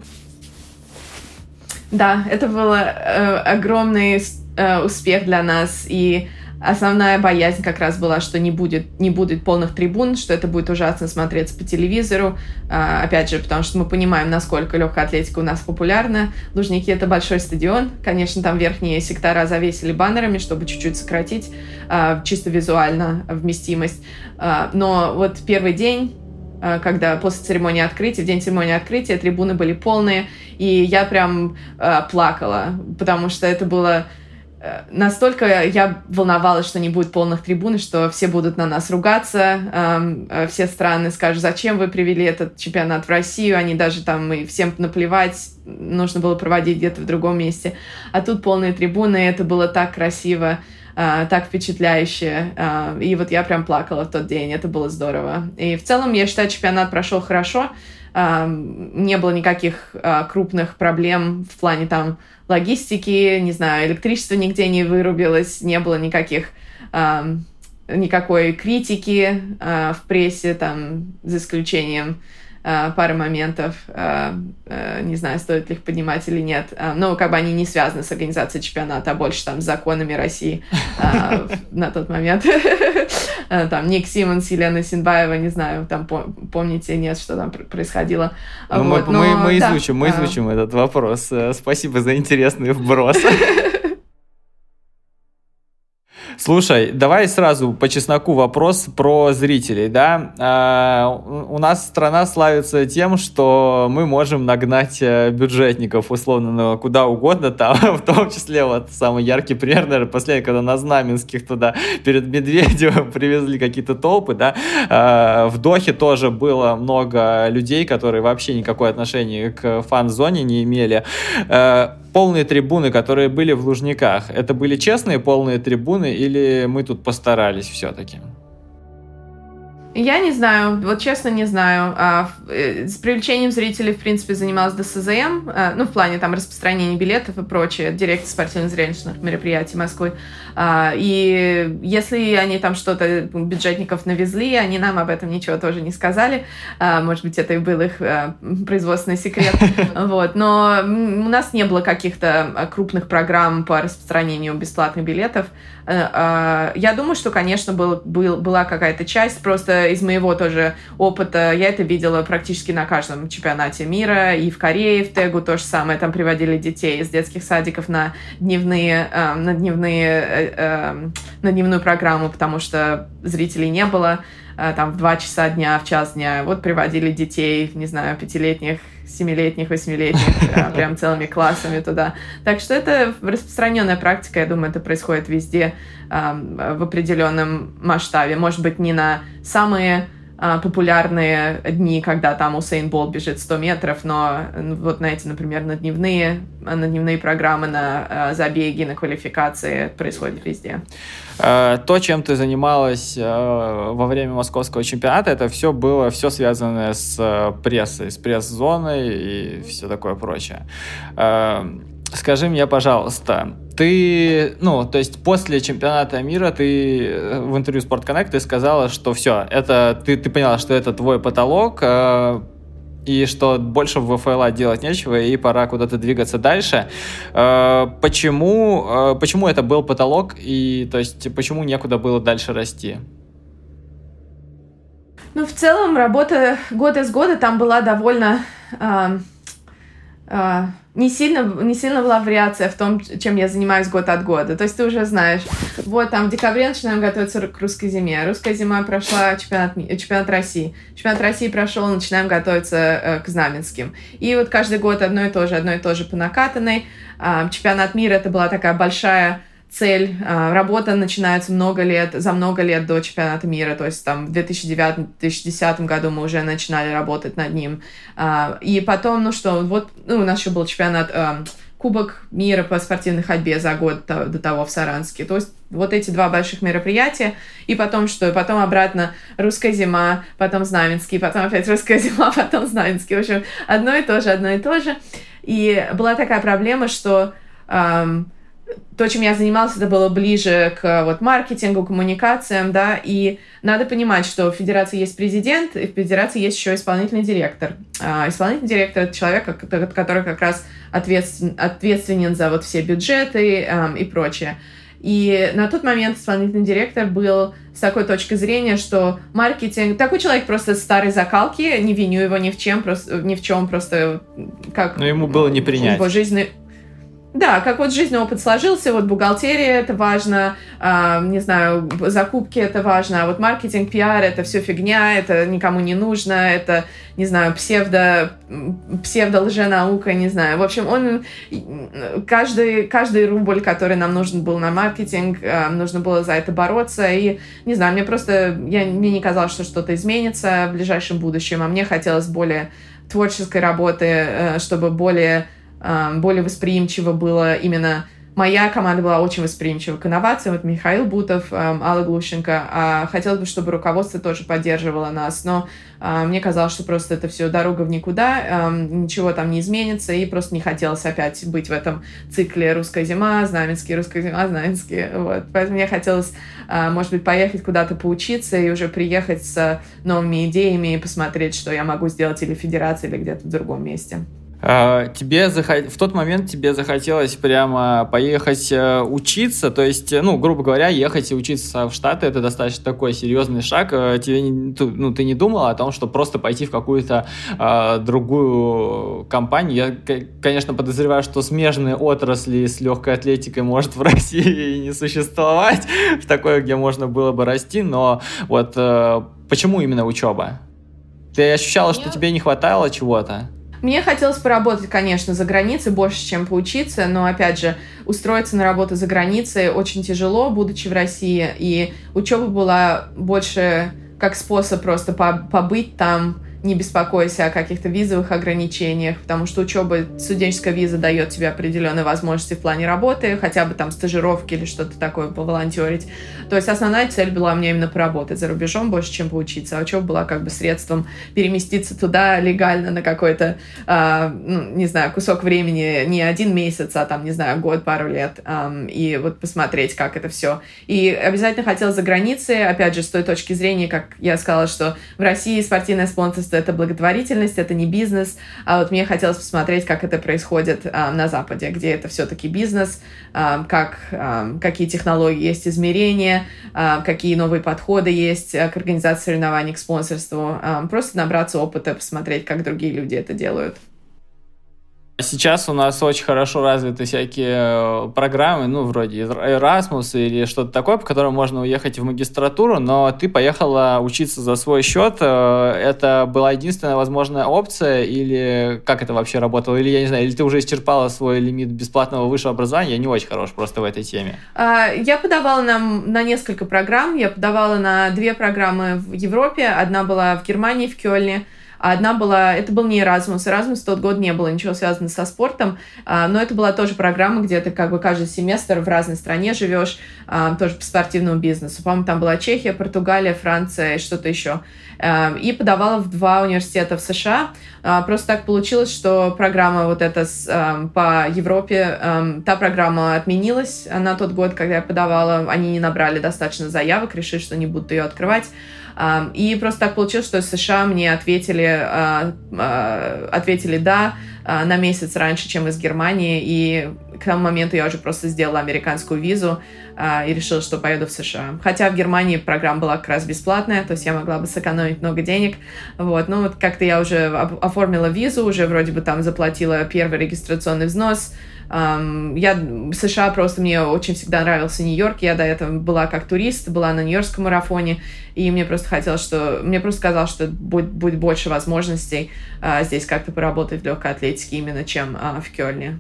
Да, это был э, огромный э, успех для нас, и основная боязнь как раз была, что не будет, не будет полных трибун, что это будет ужасно смотреться по телевизору. А, опять же, потому что мы понимаем, насколько легкая атлетика у нас популярна. Лужники — это большой стадион. Конечно, там верхние сектора завесили баннерами, чтобы чуть-чуть сократить а, чисто визуально вместимость. А, но вот первый день, когда после церемонии открытия, в день церемонии открытия трибуны были полные, и я прям э, плакала, потому что это было... Э, настолько я волновалась, что не будет полных трибун, что все будут на нас ругаться, э, все страны скажут, зачем вы привели этот чемпионат в Россию, они даже там, и всем наплевать, нужно было проводить где-то в другом месте. А тут полные трибуны, и это было так красиво, Uh, так впечатляюще. Uh, и вот я прям плакала в тот день. Это было здорово. И в целом, я считаю, чемпионат прошел хорошо. Uh, не было никаких uh, крупных проблем в плане там логистики, не знаю, электричество нигде не вырубилось, не было никаких uh, никакой критики uh, в прессе, там, за исключением Uh, пары моментов, uh, uh, не знаю, стоит ли их поднимать или нет, uh, но как бы они не связаны с организацией чемпионата, а больше там с законами России uh, на тот момент. uh, там Ник Симмонс, Елена Синбаева, не знаю, там помните, нет, что там происходило. Ну, вот, мы, но, мы, да, изучим, мы изучим uh, этот вопрос. Спасибо за интересный вброс. Слушай, давай сразу по чесноку вопрос про зрителей, да? А, у нас страна славится тем, что мы можем нагнать бюджетников, условно, ну, куда угодно там, в том числе вот самый яркий пример, наверное, последний, когда на Знаменских туда перед Медведевым привезли какие-то толпы, да? А, в Дохе тоже было много людей, которые вообще никакое отношение к фан-зоне не имели. А, полные трибуны, которые были в Лужниках, это были честные полные трибуны или мы тут постарались все-таки? Я не знаю, вот честно не знаю. С привлечением зрителей, в принципе, занималась ДСЗМ, ну, в плане там распространения билетов и прочее, дирекция спортивно-зрелищных мероприятий Москвы. И если они там что-то бюджетников навезли, они нам об этом ничего тоже не сказали. Может быть, это и был их производственный секрет. Вот. Но у нас не было каких-то крупных программ по распространению бесплатных билетов. Я думаю, что, конечно, был, был, была какая-то часть, просто из моего тоже опыта, я это видела практически на каждом чемпионате мира, и в Корее, в Тегу то же самое, там приводили детей из детских садиков на дневные, на дневные, на дневную программу, потому что зрителей не было, там в два часа дня, в час дня, вот приводили детей, не знаю, пятилетних, семилетних, восьмилетних, прям целыми классами туда. Так что это распространенная практика, я думаю, это происходит везде в определенном масштабе. Может быть, не на самые популярные дни, когда там Усейн Болт бежит сто метров, но вот на эти, например, на дневные, на дневные программы, на забеги, на квалификации происходит везде. То, чем ты занималась во время московского чемпионата, это все было, все связано с прессой, с пресс-зоной и все такое прочее. Скажи мне, пожалуйста, ты, ну, то есть после чемпионата мира ты в интервью Sport Connect ты сказала, что все, это ты, ты поняла, что это твой потолок, э, и что больше в ВФЛА делать нечего, и пора куда-то двигаться дальше. Э, почему, э, почему это был потолок, и то есть почему некуда было дальше расти? Ну, в целом, работа год из года там была довольно... Э, э, Не сильно, не сильно была вариация в том, чем я занимаюсь год от года. То есть ты уже знаешь, вот там в декабре начинаем готовиться к русской зиме. Русская зима прошла, чемпионат, чемпионат России. Чемпионат России прошел, начинаем готовиться э, к Знаменским. И вот каждый год одно и то же, одно и то же по накатанной. Э, чемпионат мира — это была такая большая цель. Э, работа начинается много лет, за много лет до чемпионата мира. То есть там в две тысячи девятом — две тысячи десятом году мы уже начинали работать над ним. Э, и потом, ну что, вот ну, у нас еще был чемпионат, э, Кубок мира по спортивной ходьбе за год до, до того в Саранске. То есть вот эти два больших мероприятия. И потом что? Потом обратно русская зима, потом Знаменский, потом опять русская зима, потом Знаменский. В общем, одно и то же, одно и то же. И была такая проблема, что... Э, то, чем я занималась, это было ближе к вот, маркетингу, коммуникациям, да, и надо понимать, что в федерации есть президент, и в федерации есть еще исполнительный директор. А исполнительный директор — это человек, который как раз ответственен, ответственен за вот все бюджеты эм, и прочее. И на тот момент исполнительный директор был с такой точки зрения, что маркетинг... Такой человек просто старой закалки, не виню его ни в чем, просто, ни в чем, просто как... Но ему было не принять. Его жизненный... Да, как вот жизненный опыт сложился, вот бухгалтерия — это важно, э, не знаю, закупки — это важно, а вот маркетинг, пиар — это все фигня, это никому не нужно, это, не знаю, псевдо, псевдо-лженаука, не знаю. В общем, он каждый, каждый рубль, который нам нужен был на маркетинг, э, нужно было за это бороться, и, не знаю, мне просто, я, мне не казалось, что что-то изменится в ближайшем будущем, а мне хотелось более творческой работы, э, чтобы более... более восприимчиво было именно... Моя команда была очень восприимчива к инновациям. Вот Михаил Бутов, Алла Глущенко. Хотелось бы, чтобы руководство тоже поддерживало нас. Но мне казалось, что просто это все дорога в никуда, ничего там не изменится, и просто не хотелось опять быть в этом цикле «Русская зима», «Знаменский», «Русская зима», «Знаменский». Вот. Поэтому мне хотелось, может быть, поехать куда-то поучиться и уже приехать с новыми идеями и посмотреть, что я могу сделать или в федерации, или где-то в другом месте. Тебе захот... в тот момент тебе захотелось прямо поехать учиться, то есть, ну, грубо говоря, ехать и учиться в Штаты — это достаточно такой серьезный шаг. Тебе не... ну, ты не думала о том, что просто пойти в какую-то а, другую компанию? Я, конечно, подозреваю, что смежные отрасли с легкой атлетикой может в России не существовать, в такой, где можно было бы расти, но вот почему именно учеба? Ты ощущала, что тебе не хватало чего-то? Мне хотелось поработать, конечно, за границей больше, чем поучиться, но, опять же, устроиться на работу за границей очень тяжело, будучи в России, и учеба была больше как способ просто побыть там, не беспокойся о каких-то визовых ограничениях, потому что учеба, студенческая виза дает тебе определенные возможности в плане работы, хотя бы там стажировки или что-то такое, поволонтерить. То есть основная цель была у меня именно поработать за рубежом больше, чем поучиться. А учеба была как бы средством переместиться туда легально на какой-то, э, ну, не знаю, кусок времени, не один месяц, а там, не знаю, год, пару лет, э, и вот посмотреть, как это все. И обязательно хотелось за границей, опять же, с той точки зрения, как я сказала, что в России спортивное спонсорство — это благотворительность, это не бизнес, а вот мне хотелось посмотреть, как это происходит а, на Западе, где это все-таки бизнес, а, как, а, какие технологии есть измерения, а, какие новые подходы есть а, к организации соревнований, к спонсорству. А, просто набраться опыта, посмотреть, как другие люди это делают. Сейчас у нас очень хорошо развиты всякие программы, ну, вроде Erasmus или что-то такое, по которому можно уехать в магистратуру, но ты поехала учиться за свой счет. Это была единственная возможная опция, или как это вообще работало? Или, я не знаю, или ты уже исчерпала свой лимит бесплатного высшего образования? Я не очень хорош просто в этой теме. Я подавала на, на несколько программ. Я подавала на две программы в Европе. Одна была в Германии, в Кёльне. А одна была, это был не Erasmus. Erasmus в тот год не было ничего связано со спортом, но это была тоже программа, где ты как бы каждый семестр в разной стране живешь, тоже по спортивному бизнесу. По-моему, там была Чехия, Португалия, Франция и что-то еще. И подавала в два университета в США. Просто так получилось, что программа вот эта по Европе, та программа отменилась на тот год, когда я подавала. Они не набрали достаточно заявок, решили, что не будут ее открывать. И просто так получилось, что из США мне ответили, ответили «да» на месяц раньше, чем из Германии, и к тому моменту я уже просто сделала американскую визу и решила, что поеду в США. Хотя в Германии программа была как раз бесплатная, то есть я могла бы сэкономить много денег. Вот. Ну вот как-то я уже оформила визу, уже вроде бы там заплатила первый регистрационный взнос. Я, США просто мне очень всегда нравился Нью-Йорк. Я до этого была как турист, была на Нью-Йоркском марафоне, и мне просто хотелось, что мне просто казалось, что будет, будет больше возможностей а, здесь как-то поработать в легкой атлетике именно, чем а, в Кёльне.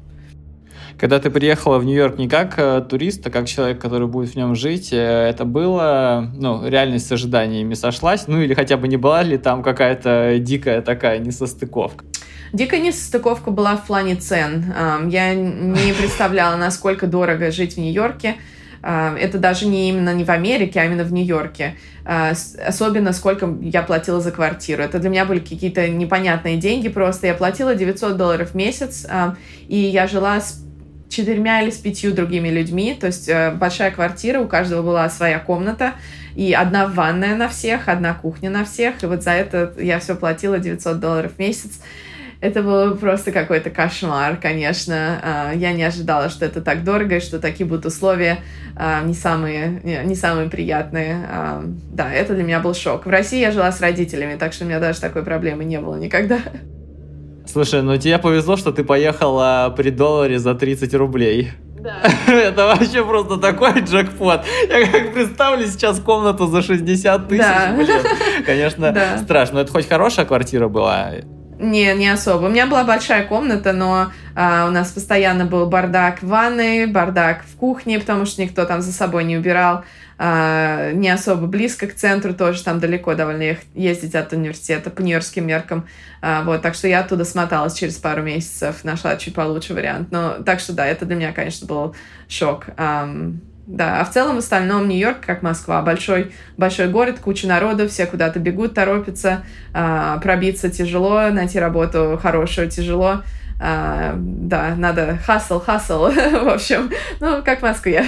Когда ты приехала в Нью-Йорк не как э, турист, а как человек, который будет в нем жить, э, это было, ну, реальность с ожиданиями сошлась? Ну, или хотя бы не была ли там какая-то дикая такая несостыковка? Дикая несостыковка была в плане цен. Я не представляла, насколько дорого жить в Нью-Йорке. Это даже не именно не в Америке, а именно в Нью-Йорке. Особенно сколько я платила за квартиру. Это для меня были какие-то непонятные деньги просто. Я платила девятьсот долларов в месяц, и я жила с четырьмя или с пятью другими людьми. То есть большая квартира, у каждого была своя комната, и одна ванная на всех, одна кухня на всех. И вот за это я все платила девятьсот долларов в месяц. Это был просто какой-то кошмар, конечно. Я не ожидала, что это так дорого, и что такие будут условия не самые, не самые приятные. Да, это для меня был шок. В России я жила с родителями, так что у меня даже такой проблемы не было никогда. Слушай, ну тебе повезло, что ты поехала при долларе за тридцать рублей. Да. Это вообще просто такой джекпот. Я как представлю сейчас комнату за шестьдесят тысяч. Да. Блин, конечно, да. Страшно. Но это хоть хорошая квартира была? Не, не особо. У меня была большая комната, но а, у нас постоянно был бардак в ванной, бардак в кухне, потому что никто там за собой не убирал. А, не особо близко к центру, тоже там далеко довольно ездить от университета по нью-йоркским меркам. А, вот, так что я оттуда смоталась через пару месяцев, нашла чуть получше вариант. Но, так что да, это для меня, конечно, был шок. А, Да, а в целом в остальном Нью-Йорк, как Москва, большой, большой город, куча народу, все куда-то бегут, торопятся, а, пробиться тяжело, найти работу хорошую тяжело. А, да, надо хасл, хасл, в общем, ну, как в Москве.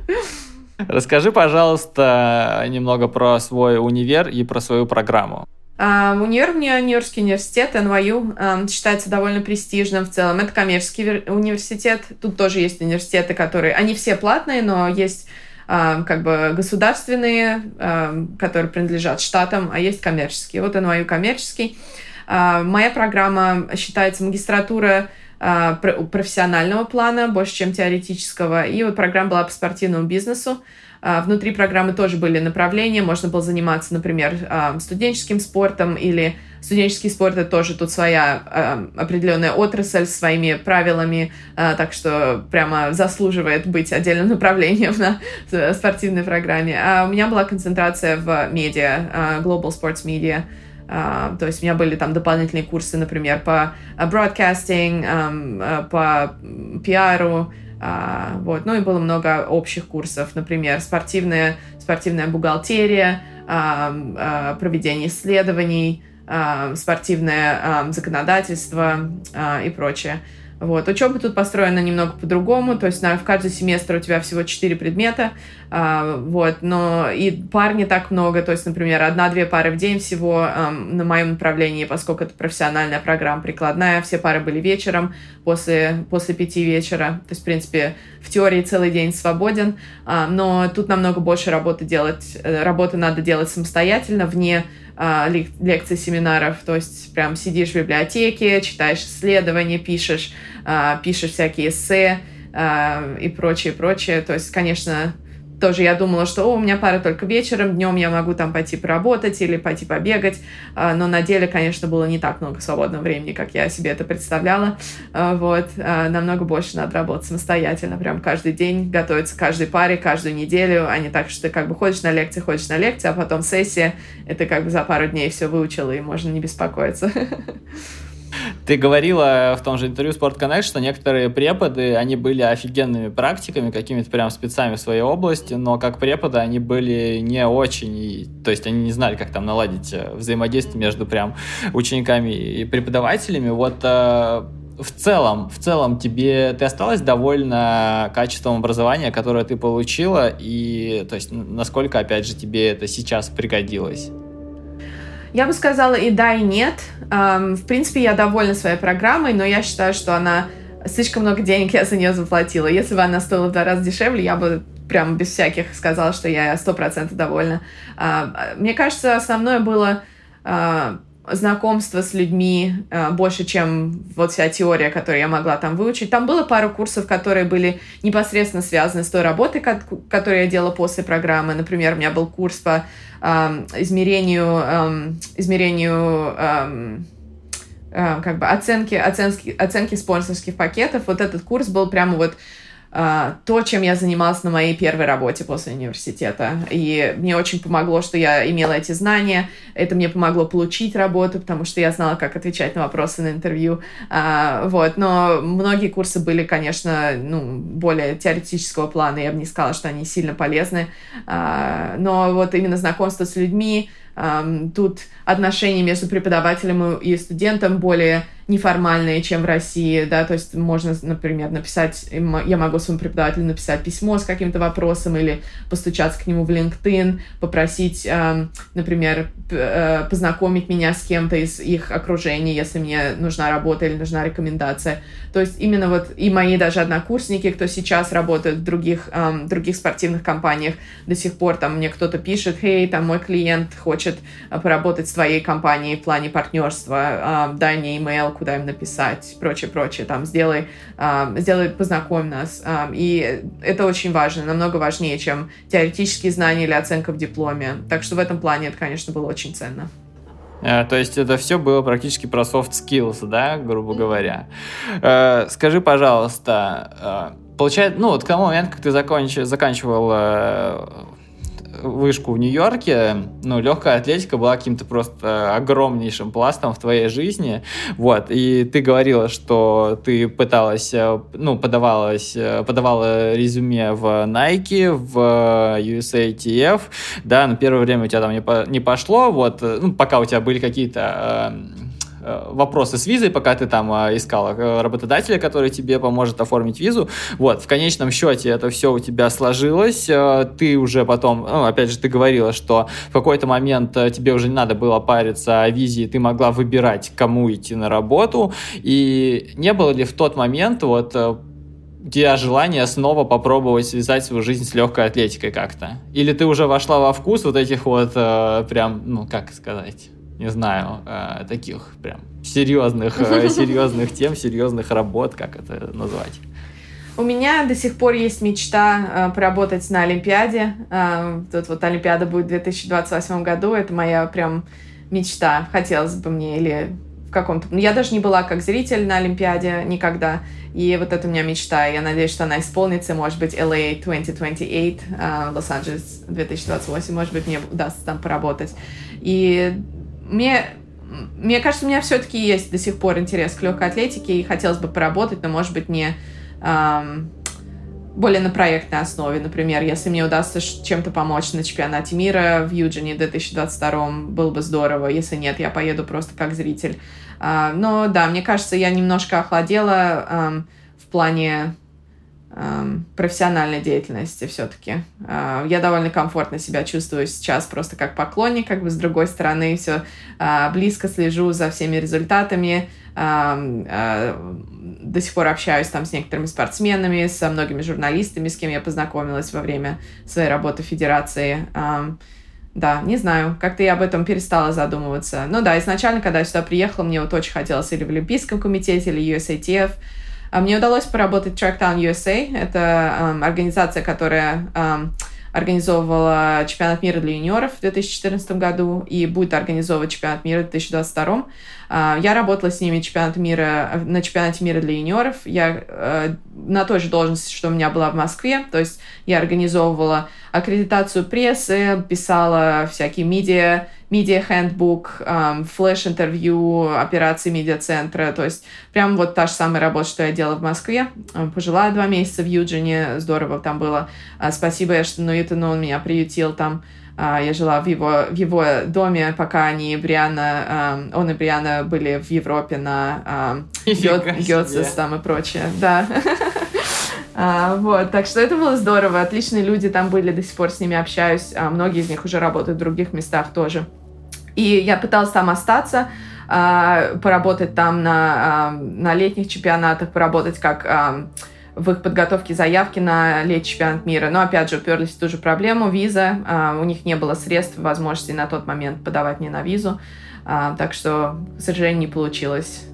Расскажи, пожалуйста, немного про свой универ и про свою программу. Uh, универ, мне Нью-Йоркский университет, эн вай ю, uh, считается довольно престижным в целом. Это коммерческий университет. Тут тоже есть университеты, которые... Они все платные, но есть uh, как бы государственные, uh, которые принадлежат штатам, а есть коммерческие. Вот эн вай ю коммерческий. Uh, моя программа считается магистратура uh, профессионального плана, больше, чем теоретического. И вот программа была по спортивному бизнесу. Внутри программы тоже были направления. Можно было заниматься, например, студенческим спортом, или студенческий спорт — это тоже тут своя определенная отрасль с своими правилами, так что прямо заслуживает быть отдельным направлением на спортивной программе. А у меня была концентрация в медиа, Global Sports Media. Uh, то есть у меня были там дополнительные курсы, например, по бродкастинг, um, uh, по пиару, uh, вот. Ну и было много общих курсов, например, спортивная, спортивная бухгалтерия, uh, uh, проведение исследований, uh, спортивное uh, законодательство uh, и прочее. Вот. Учеба тут построена немного по-другому, то есть на, в каждый семестр у тебя всего четыре предмета, а, вот, но и пар не так много, то есть, например, одна-две пары в день всего а, на моем направлении, поскольку это профессиональная программа прикладная, все пары были вечером, после, после пяти вечера, то есть, в принципе, в теории целый день свободен, а, но тут намного больше работы делать, работы надо делать самостоятельно, вне лекций, семинаров, то есть прям сидишь в библиотеке, читаешь исследования, пишешь, пишешь всякие эссе и прочее, прочее. То есть, конечно, тоже я думала, что о, у меня пара только вечером, днем я могу там пойти поработать или пойти побегать, но на деле, конечно, было не так много свободного времени, как я себе это представляла. Вот. Намного больше надо работать самостоятельно, прям каждый день готовиться к каждой паре, каждую неделю, а не так, что ты как бы ходишь на лекции, ходишь на лекции, а потом сессия, и ты как бы за пару дней все выучила, и можно не беспокоиться. Ты говорила в том же интервью Sport Connect, что некоторые преподы, они были офигенными практиками, какими-то прям спецами в своей области, но как преподы они были не очень, и, то есть они не знали, как там наладить взаимодействие между прям учениками и преподавателями. Вот э, в целом, в целом тебе, ты осталась довольна качеством образования, которое ты получила, и то есть насколько, опять же, тебе это сейчас пригодилось? Я бы сказала и да, и нет. В принципе, я довольна своей программой, но я считаю, что она... Слишком много денег я за нее заплатила. Если бы она стоила в два раза дешевле, я бы прям без всяких сказала, что я сто процентов довольна. Мне кажется, основное было знакомство с людьми больше, чем вот вся теория, которую я могла там выучить. Там было пару курсов, которые были непосредственно связаны с той работой, которую я делала после программы. Например, у меня был курс по эм, измерению, эм, измерению эм, э, как бы оценки, оценки, оценки спонсорских пакетов. Вот этот курс был прямо вот то, чем я занималась на моей первой работе после университета. И мне очень помогло, что я имела эти знания. Это мне помогло получить работу, потому что я знала, как отвечать на вопросы на интервью. А, вот. Но многие курсы были, конечно, ну, более теоретического плана. Я бы не сказала, что они сильно полезны. А, но вот именно знакомство с людьми, Um, тут отношения между преподавателем и студентом более неформальные, чем в России, да, то есть можно, например, написать, я могу своему преподавателю написать письмо с каким-то вопросом или постучаться к нему в LinkedIn, попросить, um, например, п- познакомить меня с кем-то из их окружения, если мне нужна работа или нужна рекомендация. То есть именно вот и мои даже однокурсники, кто сейчас работает в других, um, других спортивных компаниях, до сих пор там мне кто-то пишет: «Хей, там мой клиент хочет поработать с твоей компанией в плане партнерства, э, дай мне имейл, куда им написать, прочее, прочее, там, сделай, э, сделай, познакомь нас». Э, и это очень важно, намного важнее, чем теоретические знания или оценка в дипломе. Так что в этом плане это, конечно, было очень ценно. То есть это все было практически про soft skills, да, грубо говоря. Э, скажи, пожалуйста, э, получается, ну, вот к тому моменту, как ты законч... заканчивал э, вышку в Нью-Йорке, ну, легкая атлетика была каким-то просто огромнейшим пластом в твоей жизни, вот, и ты говорила, что ты пыталась, ну, подавалась, подавала резюме в Nike, в ю эс эй ти эф, да, на первое время у тебя там не, по, не пошло, вот, ну, пока у тебя были какие-то вопросы с визой, пока ты там искала работодателя, который тебе поможет оформить визу. Вот, в конечном счете это все у тебя сложилось. Ты уже потом, ну, опять же, ты говорила, что в какой-то момент тебе уже не надо было париться о визе, ты могла выбирать, кому идти на работу. И не было ли в тот момент вот у тебя желание снова попробовать связать свою жизнь с легкой атлетикой как-то? Или ты уже вошла во вкус вот этих вот э, прям, ну, как сказать, не знаю, э, таких прям серьезных, э, серьезных тем, серьезных работ, как это назвать? У меня до сих пор есть мечта э, поработать на Олимпиаде. Э, тут вот Олимпиада будет в две тысячи двадцать восьмом году. Это моя прям мечта. Хотелось бы мне или в каком-то... Я даже не была как зритель на Олимпиаде никогда. И вот это у меня мечта. Я надеюсь, что она исполнится. Может быть, эл эй две тысячи двадцать восемь, э, Лос-Анджелес две тысячи двадцать восемь. Может быть, мне удастся там поработать. И мне... Мне кажется, у меня все-таки есть до сих пор интерес к легкой атлетике. И хотелось бы поработать, но, может быть, не... Эм, более на проектной основе. Например, если мне удастся чем-то помочь на чемпионате мира в Юджине в две тысячи двадцать втором, было бы здорово. Если нет, я поеду просто как зритель. Uh, но да, мне кажется, я немножко охладела um, в плане um, профессиональной деятельности все-таки. Uh, я довольно комфортно себя чувствую сейчас просто как поклонник, как бы с другой стороны все uh, близко слежу за всеми результатами. Uh, uh, до сих пор общаюсь там с некоторыми спортсменами, со многими журналистами, с кем я познакомилась во время своей работы в федерации. Um, Да, не знаю, как-то я об этом перестала задумываться. Ну да, изначально, когда я сюда приехала, мне вот очень хотелось или в Олимпийском комитете, или ю эс эй ти эф. Мне удалось поработать в Tracktown ю эс эй. Это эм, организация, которая эм, организовывала чемпионат мира для юниоров в две тысячи четырнадцатом году и будет организовывать чемпионат мира в две тысячи двадцать втором. Uh, я работала с ними чемпионат мира, на чемпионате мира для юниоров. Я uh, на той же должности, что у меня была в Москве. То есть я организовывала аккредитацию прессы, писала всякие медиа, медиа-хендбук, um, флеш-интервью, операции медиа-центра. То есть прям вот та же самая работа, что я делала в Москве. Пожила два месяца в Юджине, здорово там было. Uh, спасибо Эштону Итану, он меня приютил там. Я жила в его, в его доме, пока они и Брианна, он и Брианна были в Европе на Гёцес там и прочее. Да. Вот, так что это было здорово. Отличные люди там были, до сих пор с ними общаюсь. Многие из них уже работают в других местах тоже. И я пыталась там остаться, поработать там на, на летних чемпионатах, поработать как... в их подготовке заявки на летний чемпионат мира. Но, опять же, уперлись в ту же проблему, виза. Uh, у них не было средств, возможности на тот момент подавать мне на визу. Uh, так что, к сожалению, не получилось.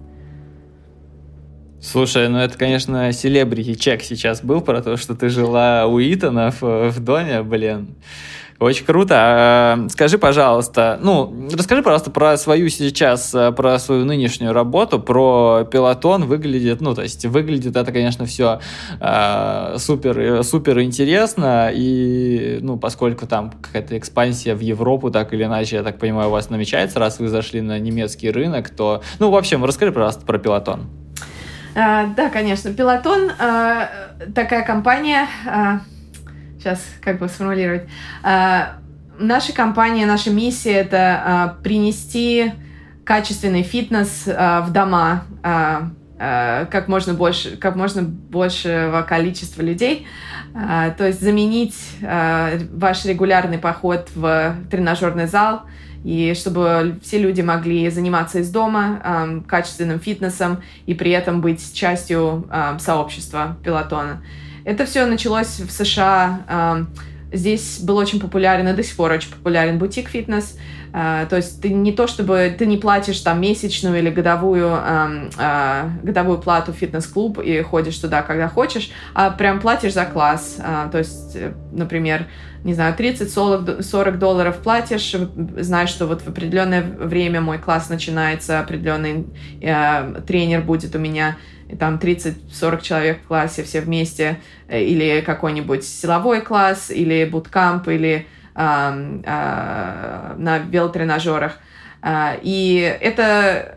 Слушай, ну это, конечно, селебрити-чек сейчас был про то, что ты жила у Итана в, в доме, блин. Очень круто. Скажи, пожалуйста, ну, расскажи, пожалуйста, про свою сейчас, про свою нынешнюю работу, про Peloton. Выглядит, ну, то есть выглядит это, конечно, все э, супер, супер интересно, и, ну, поскольку там какая-то экспансия в Европу, так или иначе, я так понимаю, у вас намечается, раз вы зашли на немецкий рынок, то, ну, в общем, расскажи, пожалуйста, про Peloton. Uh, да, конечно. Peloton uh, такая компания... Uh... Сейчас, как бы сформулировать. Uh, наша компания, наша миссия — это uh, принести качественный фитнес uh, в дома uh, uh, как можно больше, как можно большего количества людей. Uh, то есть заменить uh, ваш регулярный поход в тренажерный зал, и чтобы все люди могли заниматься из дома um, качественным фитнесом и при этом быть частью um, сообщества Peloton. Это все началось в США. Здесь был очень популярен, и до сих пор очень популярен бутик-фитнес. То есть ты не то чтобы ты не платишь там месячную или годовую, годовую плату в фитнес-клуб и ходишь туда, когда хочешь, а прям платишь за класс. То есть, например, не знаю, тридцать-сорок долларов платишь, знаешь, что вот в определенное время мой класс начинается, определенный тренер будет у меня, и там тридцать-сорок человек в классе все вместе, или какой-нибудь силовой класс, или буткамп, или э, э, на велотренажерах. Э, и это,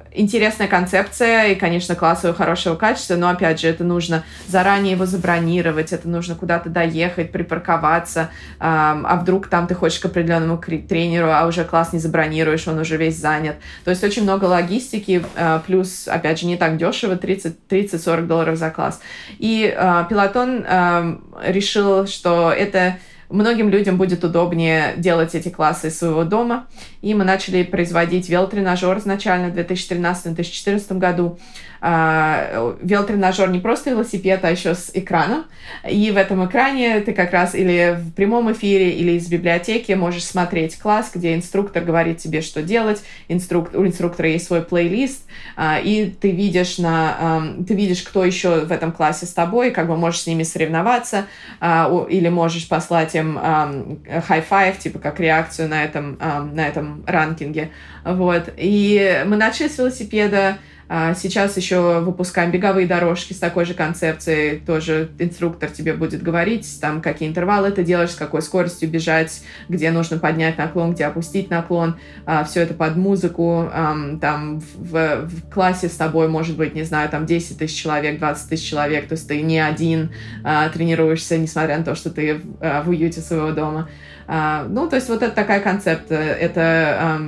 интересная концепция и, конечно, классового хорошего качества, но, опять же, это нужно заранее его забронировать, это нужно куда-то доехать, припарковаться, а вдруг там ты хочешь к определенному тренеру, а уже класс не забронируешь, он уже весь занят. То есть очень много логистики, плюс, опять же, не так дешево, тридцать-сорок долларов за класс. И Peloton решил, что это многим людям будет удобнее делать эти классы из своего дома. И мы начали производить велотренажер изначально в две тысячи тринадцатом - две тысячи четырнадцатом году. Велотренажер не просто велосипед, а еще с экраном. И в этом экране ты как раз или в прямом эфире, или из библиотеки можешь смотреть класс, где инструктор говорит тебе, что делать. Инструк... У инструктора есть свой плейлист, и ты видишь, на... ты видишь, кто еще в этом классе с тобой, как бы можешь с ними соревноваться, или можешь послать им high-five, типа как реакцию на этом, на этом ранкинге. Вот. И мы начали с велосипеда. Сейчас еще выпускаем беговые дорожки с такой же концепцией. Тоже инструктор тебе будет говорить, там, какие интервалы ты делаешь, с какой скоростью бежать, где нужно поднять наклон, где опустить наклон. Все это под музыку. Там в, в классе с тобой может быть, не знаю, там десять тысяч человек, двадцать тысяч человек. То есть ты не один тренируешься, несмотря на то, что ты в, в уюте своего дома. Ну, то есть вот это такая концепция. Это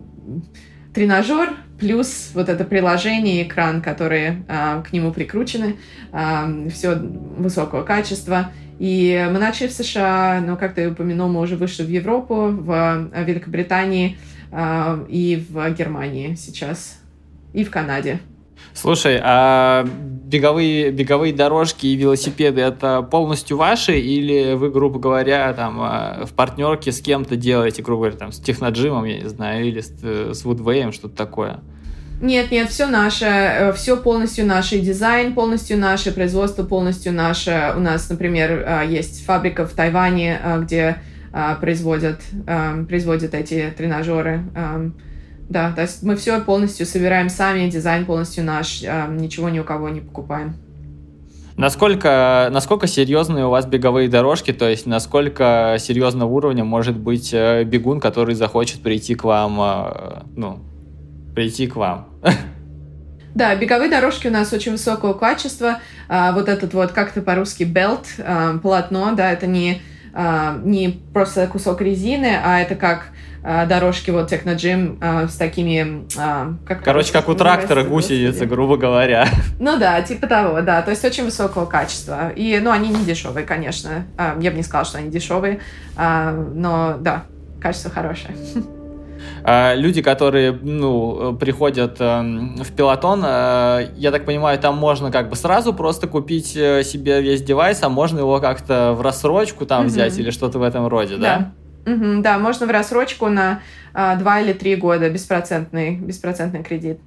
тренажер плюс вот это приложение, экран, которые э, к нему прикручены, э, все высокого качества. И мы начали в США, но, как ты упомянул, мы уже вышли в Европу, в Великобритании э, и в Германии сейчас, и в Канаде. Слушай, а беговые, беговые дорожки и велосипеды — это полностью ваши, или вы, грубо говоря, там, в партнерке с кем-то делаете, грубо говоря, там, с Техноджимом, я не знаю, или с, с Woodway, что-то такое? Нет, нет, все наше, все полностью наше, и дизайн полностью наше, производство полностью наше. У нас, например, есть фабрика в Тайване, где производят, производят эти тренажеры. Да, то есть мы все полностью собираем сами, дизайн полностью наш, ничего ни у кого не покупаем. Насколько, насколько серьезные у вас беговые дорожки, то есть насколько серьезного уровня может быть бегун, который захочет прийти к вам, ну, прийти к вам? Да, беговые дорожки у нас очень высокого качества. Вот этот вот, как это по-русски, belt, полотно, да, это не, не просто кусок резины, а это как дорожки вот Technogym с такими... Как Короче, как у трактора гусеницы, грубо говоря. Ну да, типа того, да. То есть очень высокого качества. И, ну, они не дешевые, конечно. Я бы не сказала, что они дешевые, но да, качество хорошее. Люди, которые, ну, приходят в Peloton, я так понимаю, там можно как бы сразу просто купить себе весь девайс, а можно его как-то в рассрочку там mm-hmm. взять или что-то в этом роде, да? Да. Угу, да, можно в рассрочку на а, два или три года, беспроцентный, беспроцентный кредит.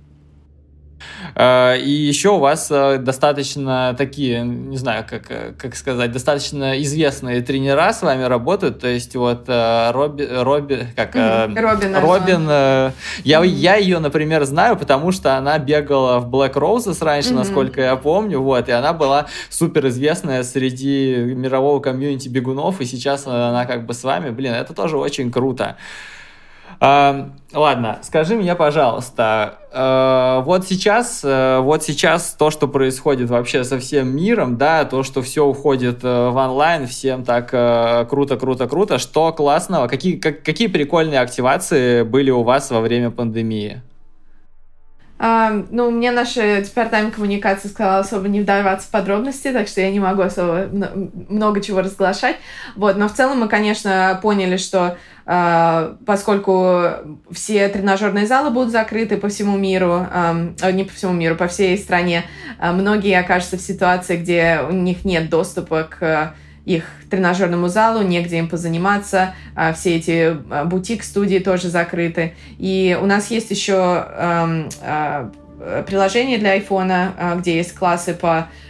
И еще у вас достаточно такие, не знаю, как, как сказать, достаточно известные тренера с вами работают, то есть вот Робби, Робби, как mm-hmm. Робин, Робин, я, mm-hmm. я ее, например, знаю, потому что она бегала в Black Roses раньше, mm-hmm. насколько я помню, вот, и она была супер известная среди мирового комьюнити бегунов, и сейчас она как бы с вами, блин, это тоже очень круто. Uh, ладно, скажи мне, пожалуйста, uh, вот сейчас, uh, вот сейчас то, что происходит вообще со всем миром, да, то, что все уходит uh, в онлайн, всем так uh, круто, круто, круто, что классного, какие, как, какие прикольные активации были у вас во время пандемии? Uh, ну, мне наша департамент коммуникации сказала особо не вдаваться в подробности, так что я не могу особо много чего разглашать. Вот, но в целом мы, конечно, поняли, что uh, поскольку все тренажерные залы будут закрыты по всему миру, uh, не по всему миру, по всей стране, uh, многие окажутся в ситуации, где у них нет доступа к их тренажерному залу, негде им позаниматься, все эти бутик-студии тоже закрыты. И у нас есть еще эм, э, приложение для айфона, где есть классы по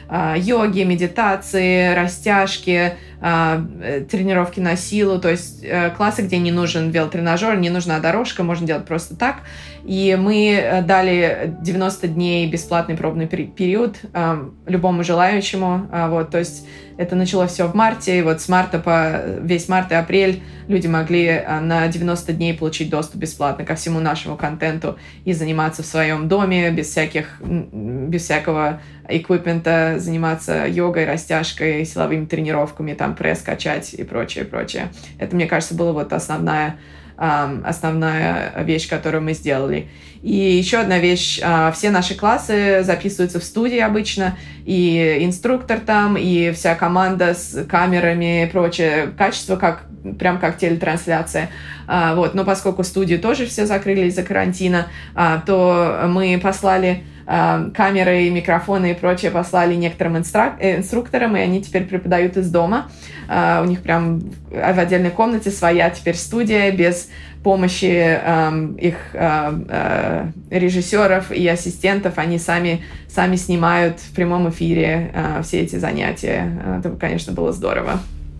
йоги, медитации, растяжки, тренировки на силу, то есть классы, где не нужен велотренажер, не нужна дорожка, можно делать просто так. И мы дали девяносто дней бесплатный пробный период любому желающему. Вот, то есть это началось все в марте, и вот с марта по весь март и апрель люди могли на девяносто дней получить доступ бесплатно ко всему нашему контенту и заниматься в своем доме без всяких, без всякого эквипмента, заниматься йогой, растяжкой, силовыми тренировками, там пресс качать и прочее, прочее. Это, мне кажется, была вот основная основная вещь, которую мы сделали. И еще одна вещь. Все наши классы записываются в студии обычно, и инструктор там, и вся команда с камерами и прочее. Качество как, прям как телетрансляция. Вот. Но поскольку студию тоже все закрыли из-за карантина, то мы послали камеры, микрофоны и прочее послали некоторым инструк- инструкторам, и они теперь преподают из дома. У них прям в отдельной комнате своя теперь студия, без помощи um, их uh, uh, режиссеров и ассистентов. Они сами, сами снимают в прямом эфире uh, все эти занятия. Это, конечно, было здорово.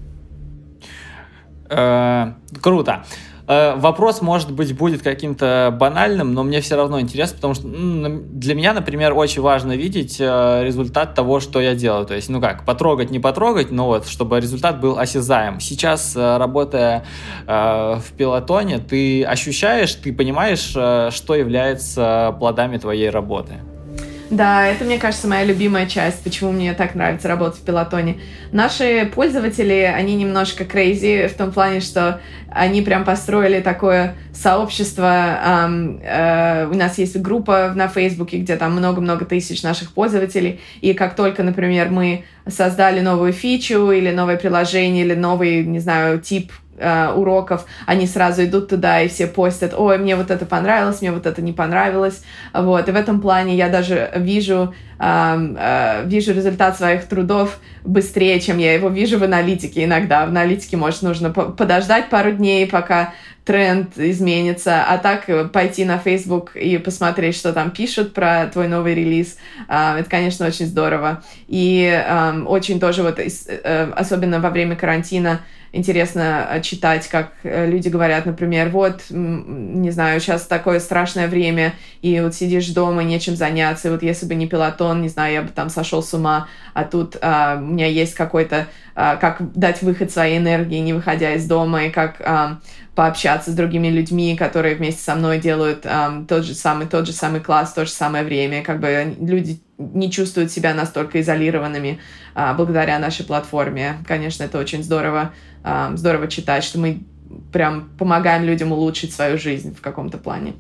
Э, круто. Вопрос, может быть, будет каким-то банальным, но мне все равно интересно, потому что для меня, например, очень важно видеть результат того, что я делаю. То есть, ну как, потрогать, не потрогать, но вот, чтобы результат был осязаем. Сейчас, работая в пилотоне, ты ощущаешь, ты понимаешь, что является плодами твоей работы? Да, это, мне кажется, моя любимая часть, почему мне так нравится работать в пилотоне. Наши пользователи, они немножко crazy в том плане, что они прям построили такое сообщество. Эм, э, у нас есть группа на Фейсбуке, где там много-много тысяч наших пользователей, и как только, например, мы создали новую фичу или новое приложение, или новый, не знаю, тип уроков, они сразу идут туда и все постят: ой, мне вот это понравилось, мне вот это не понравилось. Вот. И в этом плане я даже вижу, э, э, вижу результат своих трудов быстрее, чем я его вижу в аналитике иногда. В аналитике, может, нужно подождать пару дней, пока тренд изменится, а так пойти на Facebook и посмотреть, что там пишут про твой новый релиз. Э, это, конечно, очень здорово. И э, очень тоже вот, э, особенно во время карантина, интересно читать, как люди говорят, например, вот, не знаю, сейчас такое страшное время, и вот сидишь дома, нечем заняться, и вот если бы не пилотон, не знаю, я бы там сошел с ума, а тут а, у меня есть какой-то, а, как дать выход своей энергии, не выходя из дома, и как а, пообщаться с другими людьми, которые вместе со мной делают а, тот же самый, тот же самый класс, то же самое время, как бы люди не чувствуют себя настолько изолированными а, благодаря нашей платформе. Конечно, это очень здорово, а, здорово читать, что мы прям помогаем людям улучшить свою жизнь в каком-то плане.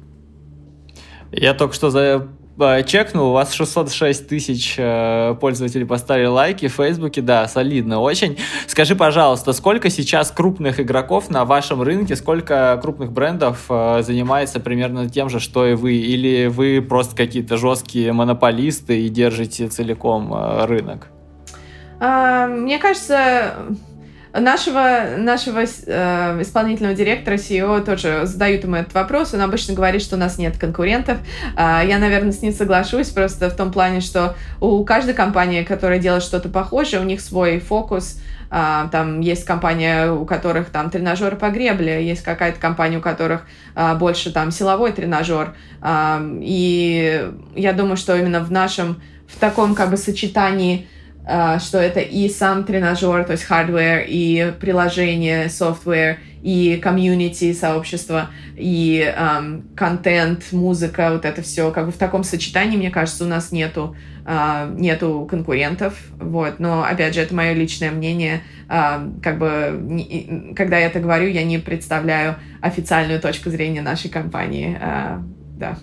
Я только что за... чекнул, у вас шестьсот шесть тысяч пользователей поставили лайки в Фейсбуке, да, солидно очень. Скажи, пожалуйста, сколько сейчас крупных игроков на вашем рынке, сколько крупных брендов занимается примерно тем же, что и вы, или вы просто какие-то жесткие монополисты и держите целиком рынок? А, мне кажется... Нашего, нашего э, исполнительного директора, си и о, тоже задают ему этот вопрос. Он обычно говорит, что у нас нет конкурентов. Э, я, наверное, с ним соглашусь, просто в том плане, что у каждой компании, которая делает что-то похожее, у них свой фокус. Э, там есть компания, у которых там тренажеры по гребле, есть какая-то компания, у которых э, больше там силовой тренажер. Э, и я думаю, что именно в нашем, в таком как бы сочетании, Uh, что это и сам тренажер, то есть hardware, и приложение, software, и комьюнити, сообщество, и um, контент, музыка, вот это все. Как бы в таком сочетании, мне кажется, у нас нету, uh, нету конкурентов. Вот. Но, опять же, это мое личное мнение. Uh, как бы, не, когда я это говорю, я не представляю официальную точку зрения нашей компании. Uh, да.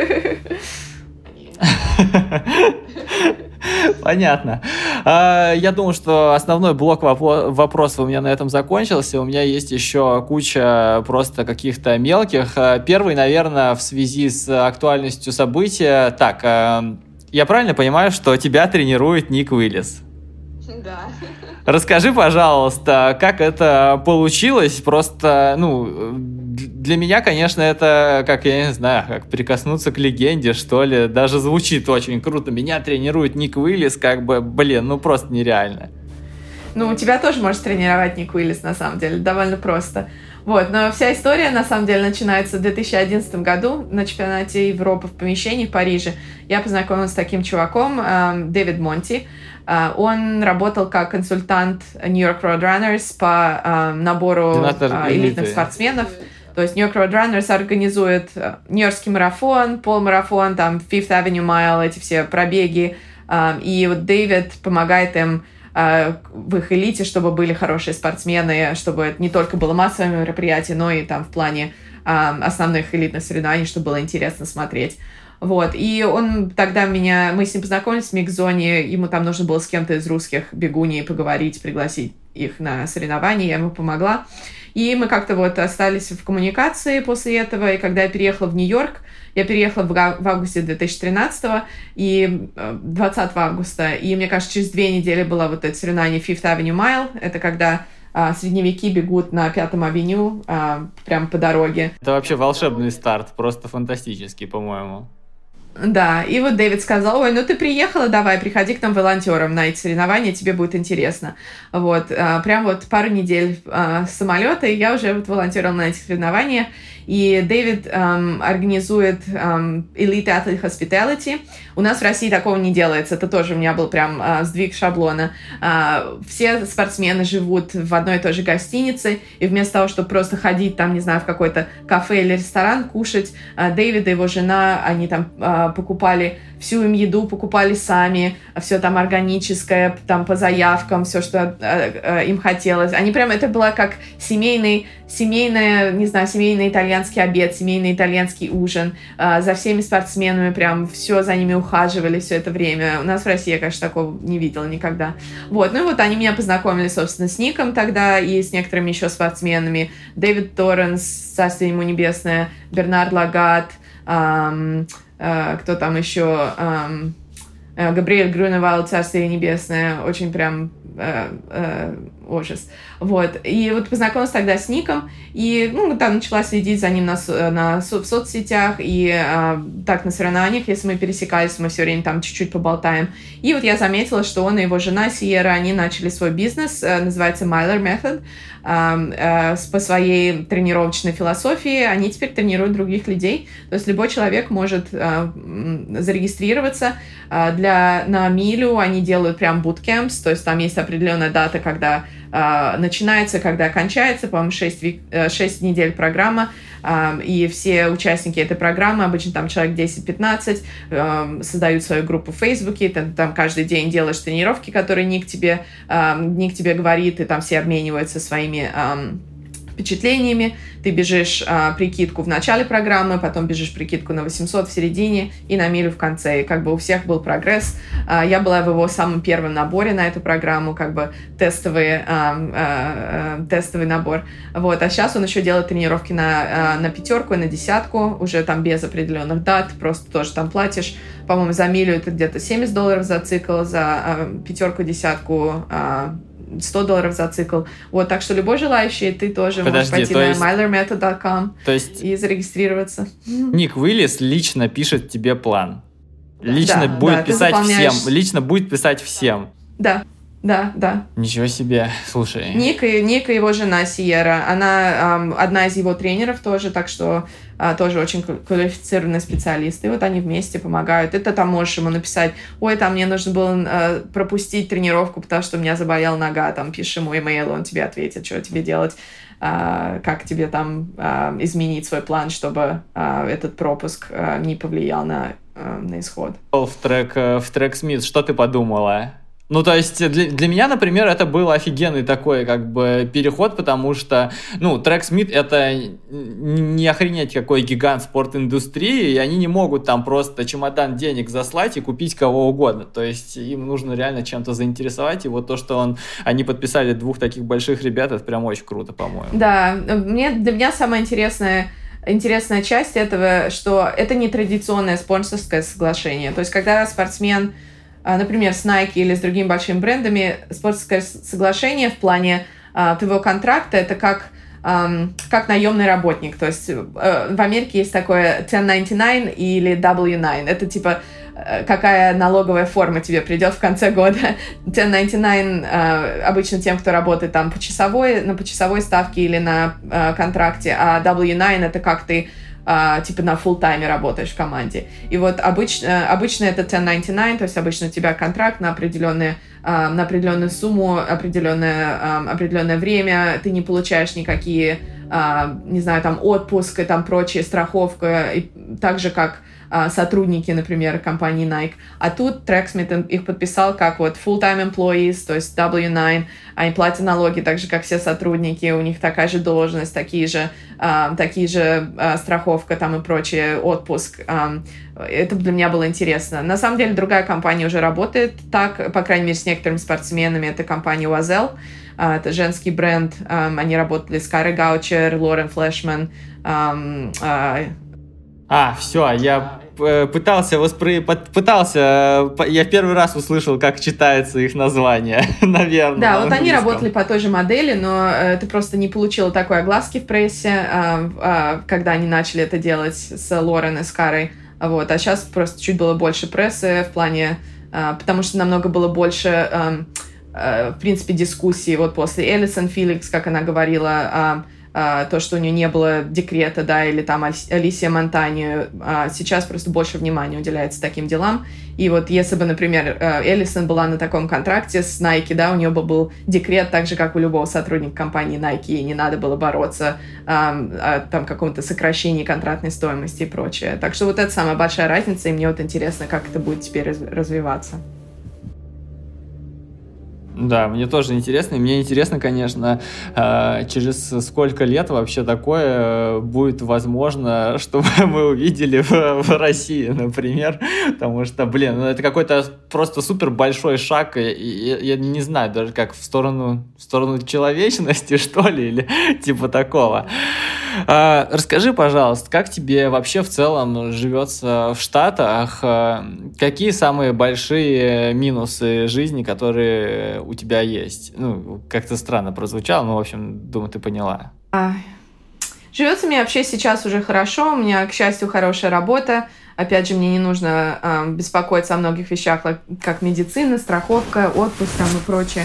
Понятно. Я думаю, что основной блок вопросов у меня на этом закончился. У меня есть еще куча просто каких-то мелких. Первый, наверное, в связи с актуальностью события. Так, я правильно понимаю, что тебя тренирует Ник Уиллис? Да. Расскажи, пожалуйста, как это получилось? Просто, ну, для меня, конечно, это, как, я не знаю, как прикоснуться к легенде, что ли. Даже звучит очень круто. Меня тренирует Ник Уиллис, как бы, блин, ну просто нереально. Ну, тебя тоже может тренировать Ник Уиллис, на самом деле, довольно просто. Вот, но вся история, на самом деле, начинается в две тысячи одиннадцатом году на чемпионате Европы в помещении в Париже. Я познакомилась с таким чуваком, эм, Дэвид Монти. Э, он работал как консультант New York Roadrunners по э, набору э, элитных спортсменов. То есть New York Roadrunners организует Нью-Йоркский марафон, полумарафон, там Fifth Avenue Mile, эти все пробеги. Э, и вот Дэвид помогает им в их элите, чтобы были хорошие спортсмены, чтобы это не только было массовое мероприятие, но и там в плане э, основных элитных соревнований, чтобы было интересно смотреть. Вот. И он тогда меня... Мы с ним познакомились в микс-зоне, ему там нужно было с кем-то из русских бегуней поговорить, пригласить их на соревнования, я ему помогла. И мы как-то вот остались в коммуникации после этого, и когда я переехала в Нью-Йорк, я переехала в августе две тысячи тринадцатого, и двадцатого августа, и, мне кажется, через две недели было вот это соревнование Fifth Avenue Mile, это когда а, средневеки бегут на Пятом авеню, а, прямо по дороге. Это вообще волшебный старт, просто фантастический, по-моему. Да, и вот Дэвид сказал: ой, ну ты приехала, давай, приходи к нам волонтером на эти соревнования, тебе будет интересно. Вот, а, прям вот пару недель а, с самолета, и я уже вот волонтерила на этих соревнованиях. И Дэвид эм, организует эм, Elite Athlete Hospitality. У нас в России такого не делается. Это тоже у меня был прям э, сдвиг шаблона. Э, все спортсмены живут в одной и той же гостинице, и вместо того, чтобы просто ходить там, не знаю, в какой-то кафе или ресторан, кушать, э, Дэвид и его жена, они там э, покупали всю им еду, покупали сами, все там органическое, там по заявкам, все, что э, э, им хотелось. Они прям, это было как семейный, семейная, не знаю, семейный итальянский обед, семейный итальянский ужин. Э, за всеми спортсменами прям все за ними ухаживали все это время. У нас в России я, конечно, такого не видела никогда. Вот, ну и вот они меня познакомили, собственно, с Ником тогда и с некоторыми еще спортсменами. Дэвид Торренс, царствие ему небесное, Бернард Лагат, эм, э, кто там еще... Эм, Габриэль Грюневальд, царствие небесное, очень прям э, э, ужас. Вот. И вот познакомилась тогда с Ником, и ну, там начала следить за ним на, на, в соцсетях, и э, так на соревнованиях, если мы пересекались, мы все время там чуть-чуть поболтаем. И вот я заметила, что он и его жена Сиера, они начали свой бизнес, э, называется Myler Method, э, э, по своей тренировочной философии. Они теперь тренируют других людей. То есть любой человек может э, зарегистрироваться э, для на милю, они делают прям bootcamps, то есть там есть определенная дата, когда э, начинается, когда кончается, по-моему, шесть, шесть недель программа, э, и все участники этой программы, обычно там человек десять-пятнадцать, э, создают свою группу в Фейсбуке, ты там каждый день делаешь тренировки, которые Ник тебе, э, Ник тебе говорит, и там все обмениваются своими э, впечатлениями. Ты бежишь а, прикидку в начале программы, потом бежишь прикидку на восемьсот в середине и на милю в конце. И как бы у всех был прогресс. А, я была в его самом первом наборе на эту программу, как бы тестовый, а, а, тестовый набор. Вот. А сейчас он еще делает тренировки на, а, на пятерку и на десятку, уже там без определенных дат, просто тоже там платишь. По-моему, за милю это где-то семьдесят долларов за цикл, за а, пятерку, десятку а, сто долларов за цикл. Вот, так что любой желающий, ты тоже Подожди, можешь пойти есть... на myler method dot com то есть... и зарегистрироваться. Ник Уиллис лично пишет тебе план. Лично да, будет да, писать заполняешь... всем. Лично будет писать всем. Да. Да, да. Ничего себе, слушай. Ник и, Ник и его жена Сиера, она эм, одна из его тренеров тоже, так что э, тоже очень квалифицированный специалист. И вот они вместе помогают. Это там можешь ему написать: ой, там мне нужно было э, пропустить тренировку, потому что у меня заболела нога. Там пишешь ему имейл, он тебе ответит, что тебе делать, э, как тебе там э, изменить свой план, чтобы э, этот пропуск э, не повлиял на, э, на исход. В трек, в трек Смит, что ты подумала? Ну, то есть, для, для меня, например, это был офигенный такой, как бы, переход, потому что, ну, Трек Смит — это не охренеть какой гигант спорт-индустрии, и они не могут там просто чемодан денег заслать и купить кого угодно. То есть, им нужно реально чем-то заинтересовать, и вот то, что он, они подписали двух таких больших ребят, это прям очень круто, по-моему. Да, мне, для меня самое интересное... Интересная часть этого, что это не традиционное спонсорское соглашение. То есть, когда спортсмен например, с Nike или с другими большими брендами, спонсорское соглашение в плане твоего контракта — это как, как наемный работник. То есть в Америке есть такое ten ninety-nine или W nine. Это типа какая налоговая форма тебе придет в конце года. ten ninety-nine обычно тем, кто работает там почасовой, на почасовой ставке или на контракте, а W nine — это как ты Uh, типа на фулл-тайме работаешь в команде. И вот обычно, обычно это ten ninety-nine, то есть обычно у тебя контракт на, определенные, uh, на определенную сумму, определенное, um, определенное время, ты не получаешь никакие, uh, не знаю, там отпуск и там прочая страховка, и так же, как uh, сотрудники, например, компании Nike. А тут Tracksmith их подписал как вот full-time employees, то есть W nine, они платят налоги так же, как все сотрудники, у них такая же должность, такие же, э, такие же э, страховка там и прочее, отпуск. Э, это для меня было интересно. На самом деле другая компания уже работает так, по крайней мере, с некоторыми спортсменами. Это компания Oiselle, э, это женский бренд. Э, они работали с Карой Гаучер, Лорен Флешман. Э, э, А, все, я пытался воспри... пытался, я в первый раз услышал, как читается их название, наверное. Да, вот они работали по той же модели, но ты просто не получила такой огласки в прессе, когда они начали это делать с Лорен и с Карой. Вот. А сейчас просто чуть было больше прессы в плане, потому что намного было больше, в принципе, дискуссий. Вот после Элисон Феликс, как она говорила, Uh, то, что у нее не было декрета, да, или там Алисия Монтани, uh, сейчас просто больше внимания уделяется таким делам. И вот если бы, например, Элисон была на таком контракте с Nike, да, у нее бы был декрет так же, как у любого сотрудника компании Nike, и не надо было бороться um, о там, каком-то сокращении контрактной стоимости и прочее. Так что вот это самая большая разница, и мне вот интересно, как это будет теперь развиваться. Да, мне тоже интересно. И мне интересно, конечно, через сколько лет вообще такое будет возможно, чтобы мы увидели в, в России, например. Потому что, блин, ну это какой-то просто супер большой шаг. И, и, я не знаю даже как в сторону, в сторону человечности, что ли, или типа такого. А, расскажи, пожалуйста, как тебе вообще в целом живется в Штатах? Какие самые большие минусы жизни, которые у тебя есть? Ну, как-то странно прозвучало, но, в общем, думаю, ты поняла. А, живется мне вообще сейчас уже хорошо. У меня, к счастью, хорошая работа. Опять же, мне не нужно э, беспокоиться о многих вещах, как медицина, страховка, отпуск там и прочее.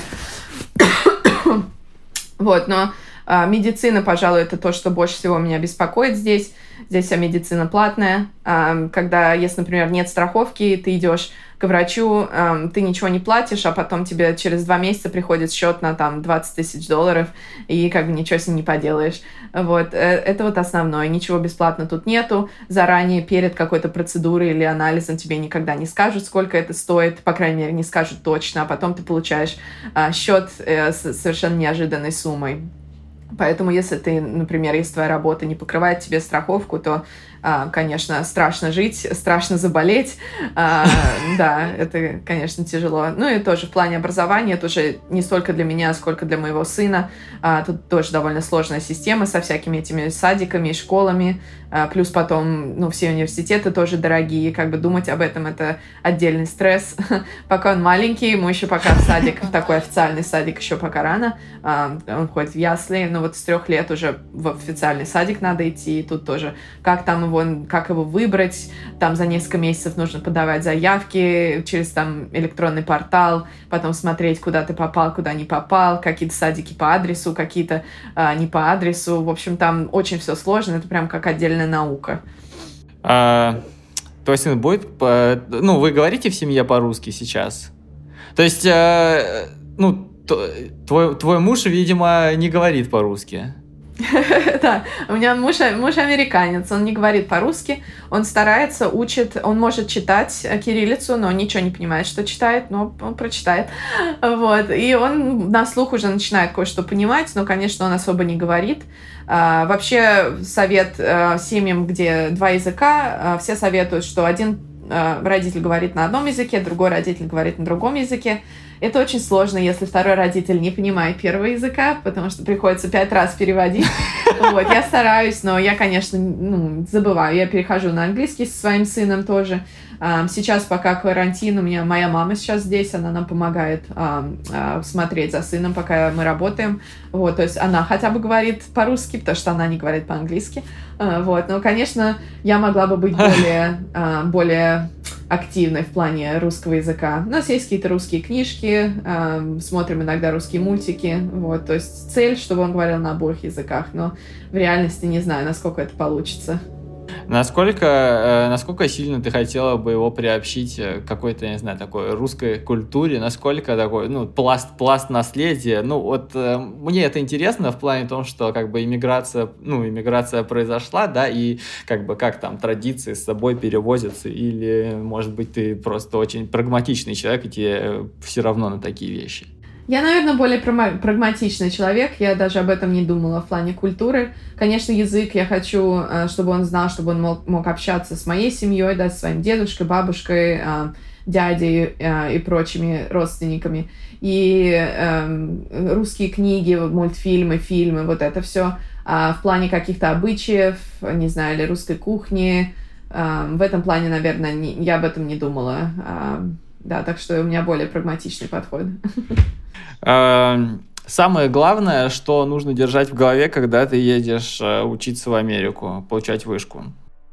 Вот, но э, медицина, пожалуй, это то, что больше всего меня беспокоит здесь. Здесь вся медицина платная. Э, когда, если, например, нет страховки, ты идешь к врачу, э, ты ничего не платишь, а потом тебе через два месяца приходит счет на там двадцать тысяч долларов, и как бы ничего с ним не поделаешь. Вот. Это вот основное. Ничего бесплатно тут нету. Заранее перед какой-то процедурой или анализом тебе никогда не скажут, сколько это стоит, по крайней мере, не скажут точно, а потом ты получаешь э, счет э, с совершенно неожиданной суммой. Поэтому, если ты, например, если твоя работа не покрывает тебе страховку, то, конечно, страшно жить, страшно заболеть. Да, это, конечно, тяжело. Ну и тоже в плане образования, это уже не столько для меня, сколько для моего сына. Тут тоже довольно сложная система со всякими этими садиками и школами. Плюс потом, ну, все университеты тоже дорогие. Как бы думать об этом — это отдельный стресс. Пока он маленький, ему еще пока в садик, в такой официальный садик еще пока рано. Он ходит в ясли, но вот с трех лет уже в официальный садик надо идти. И тут тоже, как там его, как его выбрать. Там за несколько месяцев нужно подавать заявки через там электронный портал, потом смотреть, куда ты попал, куда не попал. Какие-то садики по адресу, какие-то а, не по адресу. В общем, там очень все сложно. Это прям как отдельная наука. А, твой сын будет... Ну, вы говорите в семье по-русски сейчас? То есть, э, ну, твой, твой муж, видимо, не говорит по-русски. Да, у меня муж, муж американец, он не говорит по-русски, он старается, учит, он может читать кириллицу, но ничего не понимает, что читает, но он прочитает, вот, и он на слух уже начинает кое-что понимать, но, конечно, он особо не говорит. А, вообще, совет а, семьям, где два языка, а, все советуют, что один а, родитель говорит на одном языке, другой родитель говорит на другом языке. Это очень сложно, если второй родитель не понимает первого языка, потому что приходится пять раз переводить. Вот, я стараюсь, но я, конечно, ну, забываю. Я перехожу на английский со своим сыном тоже. Сейчас, пока карантин, у меня моя мама сейчас здесь, она нам помогает смотреть за сыном, пока мы работаем. Вот, то есть она хотя бы говорит по-русски, потому что она не говорит по-английски. Вот, но, конечно, я могла бы быть более, более активной в плане русского языка. У нас есть какие-то русские книжки, смотрим иногда русские мультики. Вот, то есть цель, чтобы он говорил на обоих языках, но в реальности не знаю, насколько это получится. Насколько, насколько сильно ты хотела бы его приобщить к какой-то, я не знаю, такой русской культуре? Насколько такой, ну, пласт, пласт наследия? Ну, вот мне это интересно в плане том, что как бы иммиграция, ну, иммиграция произошла, да, и как бы как там традиции с собой перевозятся, или, может быть, ты просто очень прагматичный человек, и тебе все равно на такие вещи? Я, наверное, более прагматичный человек, я даже об этом не думала в плане культуры. Конечно, язык я хочу, чтобы он знал, чтобы он мог, мог общаться с моей семьей, да, с своим дедушкой, бабушкой, дядей и прочими родственниками. И э, русские книги, мультфильмы, фильмы, вот это все. В плане каких-то обычаев, не знаю, или русской кухни, в этом плане, наверное, не, я об этом не думала. Да, так что у меня более прагматичный подход. Самое главное, что нужно держать в голове, когда ты едешь учиться в Америку, получать вышку?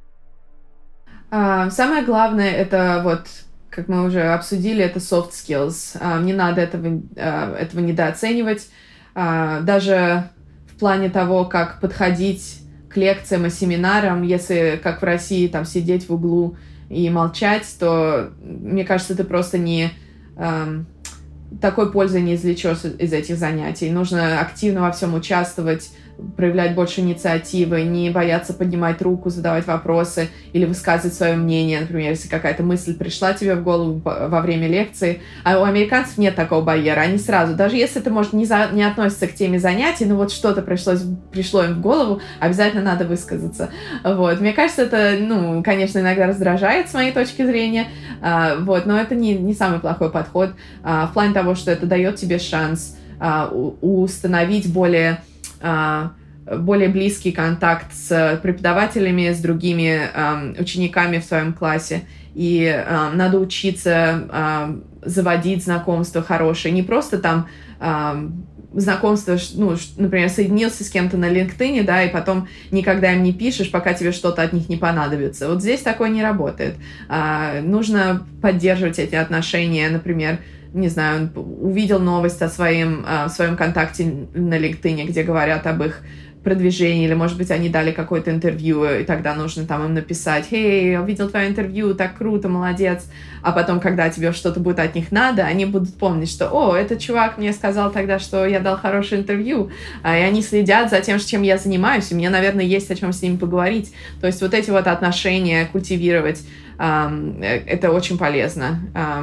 Самое главное, это вот, как мы уже обсудили, это soft skills. Не надо этого, этого недооценивать. Даже в плане того, как подходить к лекциям и семинарам, если, как в России, там сидеть в углу и молчать, то, мне кажется, ты просто не... Эм, такой пользы не извлечешь из этих занятий. Нужно активно во всем участвовать, проявлять больше инициативы, не бояться поднимать руку, задавать вопросы или высказывать свое мнение. Например, если какая-то мысль пришла тебе в голову во время лекции, а у американцев нет такого барьера. Они сразу, даже если это, может, не, за, не относится к теме занятий, но вот что-то пришлось, пришло им в голову, обязательно надо высказаться. Вот. Мне кажется, это, ну, конечно, иногда раздражает с моей точки зрения, а, вот, но это не, не самый плохой подход а, в плане того, что это дает тебе шанс а, у, установить более... более близкий контакт с преподавателями, с другими э, учениками в своем классе. И э, надо учиться э, заводить знакомства хорошие. Не просто там э, знакомство, ну, например, соединился с кем-то на LinkedIn, да, и потом никогда им не пишешь, пока тебе что-то от них не понадобится. Вот здесь такое не работает. Э, нужно поддерживать эти отношения, например, не знаю, он увидел новость о своем, о своем контакте на LinkedIn, где говорят об их продвижении, или, может быть, они дали какое-то интервью, и тогда нужно там им написать: «Эй, я увидел твое интервью, так круто, молодец». А потом, когда тебе что-то будет от них надо, они будут помнить, что: «О, этот чувак мне сказал тогда, что я дал хорошее интервью», и они следят за тем, чем я занимаюсь, и мне, наверное, есть о чем с ними поговорить. То есть вот эти вот отношения культивировать, это очень полезно.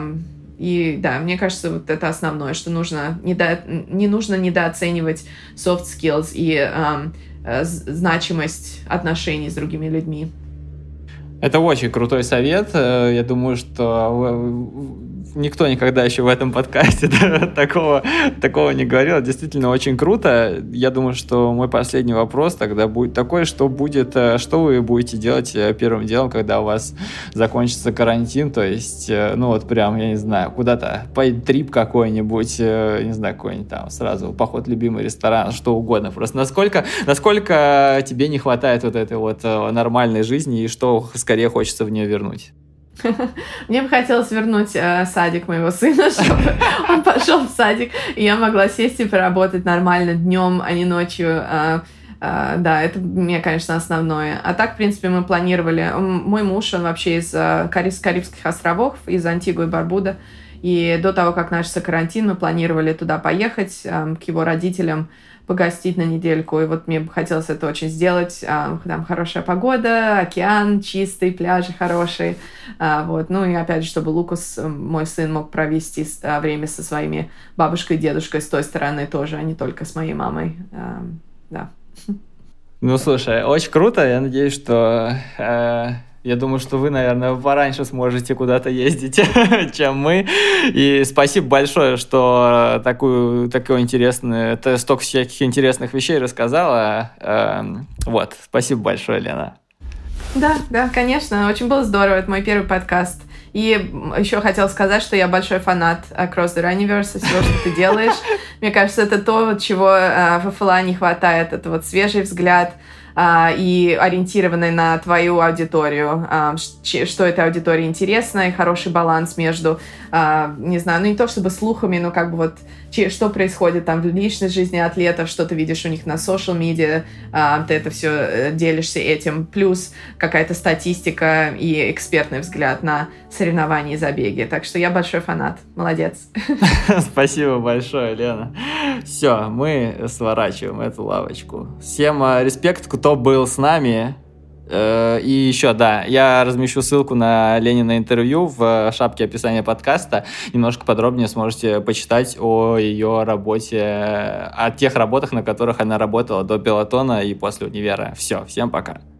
И да, мне кажется, вот это основное, что нужно недо... не нужно недооценивать soft skills и эм, э, значимость отношений с другими людьми. Это очень крутой совет. Я думаю, что никто никогда еще в этом подкасте да, такого, такого не говорил. Действительно очень круто. Я думаю, что мой последний вопрос тогда будет такой: что будет, что вы будете делать первым делом, когда у вас закончится карантин? То есть, ну вот прям, я не знаю, куда-то поедет трип какой-нибудь, не знаю, какой-нибудь там сразу поход в любимый ресторан, что угодно. Просто насколько, насколько тебе не хватает вот этой вот нормальной жизни, и что скорее хочется в нее вернуть? Мне бы хотелось вернуть э, садик моего сына, чтобы он пошел в садик, и я могла сесть и поработать нормально днем, а не ночью. Э, э, да, это мне, конечно, основное. А так, в принципе, мы планировали... Мой муж, он вообще из э, Кариб- Карибских островов, из Антигуа и Барбуда, и до того, как начался карантин, мы планировали туда поехать, э, к его родителям, погостить на недельку, и вот мне бы хотелось это очень сделать. Там хорошая погода, океан чистый, пляжи хорошие, вот. Ну и опять же, чтобы Лукас, мой сын, мог провести время со своими бабушкой и дедушкой с той стороны тоже, а не только с моей мамой, да. Ну, слушай, очень круто. Я надеюсь, что э, Я думаю, что вы, наверное, пораньше сможете куда-то ездить, чем мы. И спасибо большое, что такую, такую интересную, ты столько всяких интересных вещей рассказала. Вот, спасибо большое, Лена. Да, да, конечно, очень было здорово, это мой первый подкаст. И еще хотела сказать, что я большой фанат Across the Universe, всего, что ты делаешь. Мне кажется, это то, чего в эф эл а не хватает, это вот свежий взгляд, и ориентированный на твою аудиторию, что этой аудитории интересно, и хороший баланс между, не знаю, ну не то чтобы слухами, но как бы вот что происходит там в личной жизни атлетов, что ты видишь у них на social media, ты это все делишься этим, плюс какая-то статистика и экспертный взгляд на соревнования и забеги. Так что я большой фанат. Молодец. Спасибо большое, Лена. Все, мы сворачиваем эту лавочку. Всем респект, кто был с нами. И еще, да, я размещу ссылку на Ленина интервью в шапке описания подкаста. Немножко подробнее сможете почитать о ее работе, о тех работах, на которых она работала до пелотона и после универа. Все, всем пока.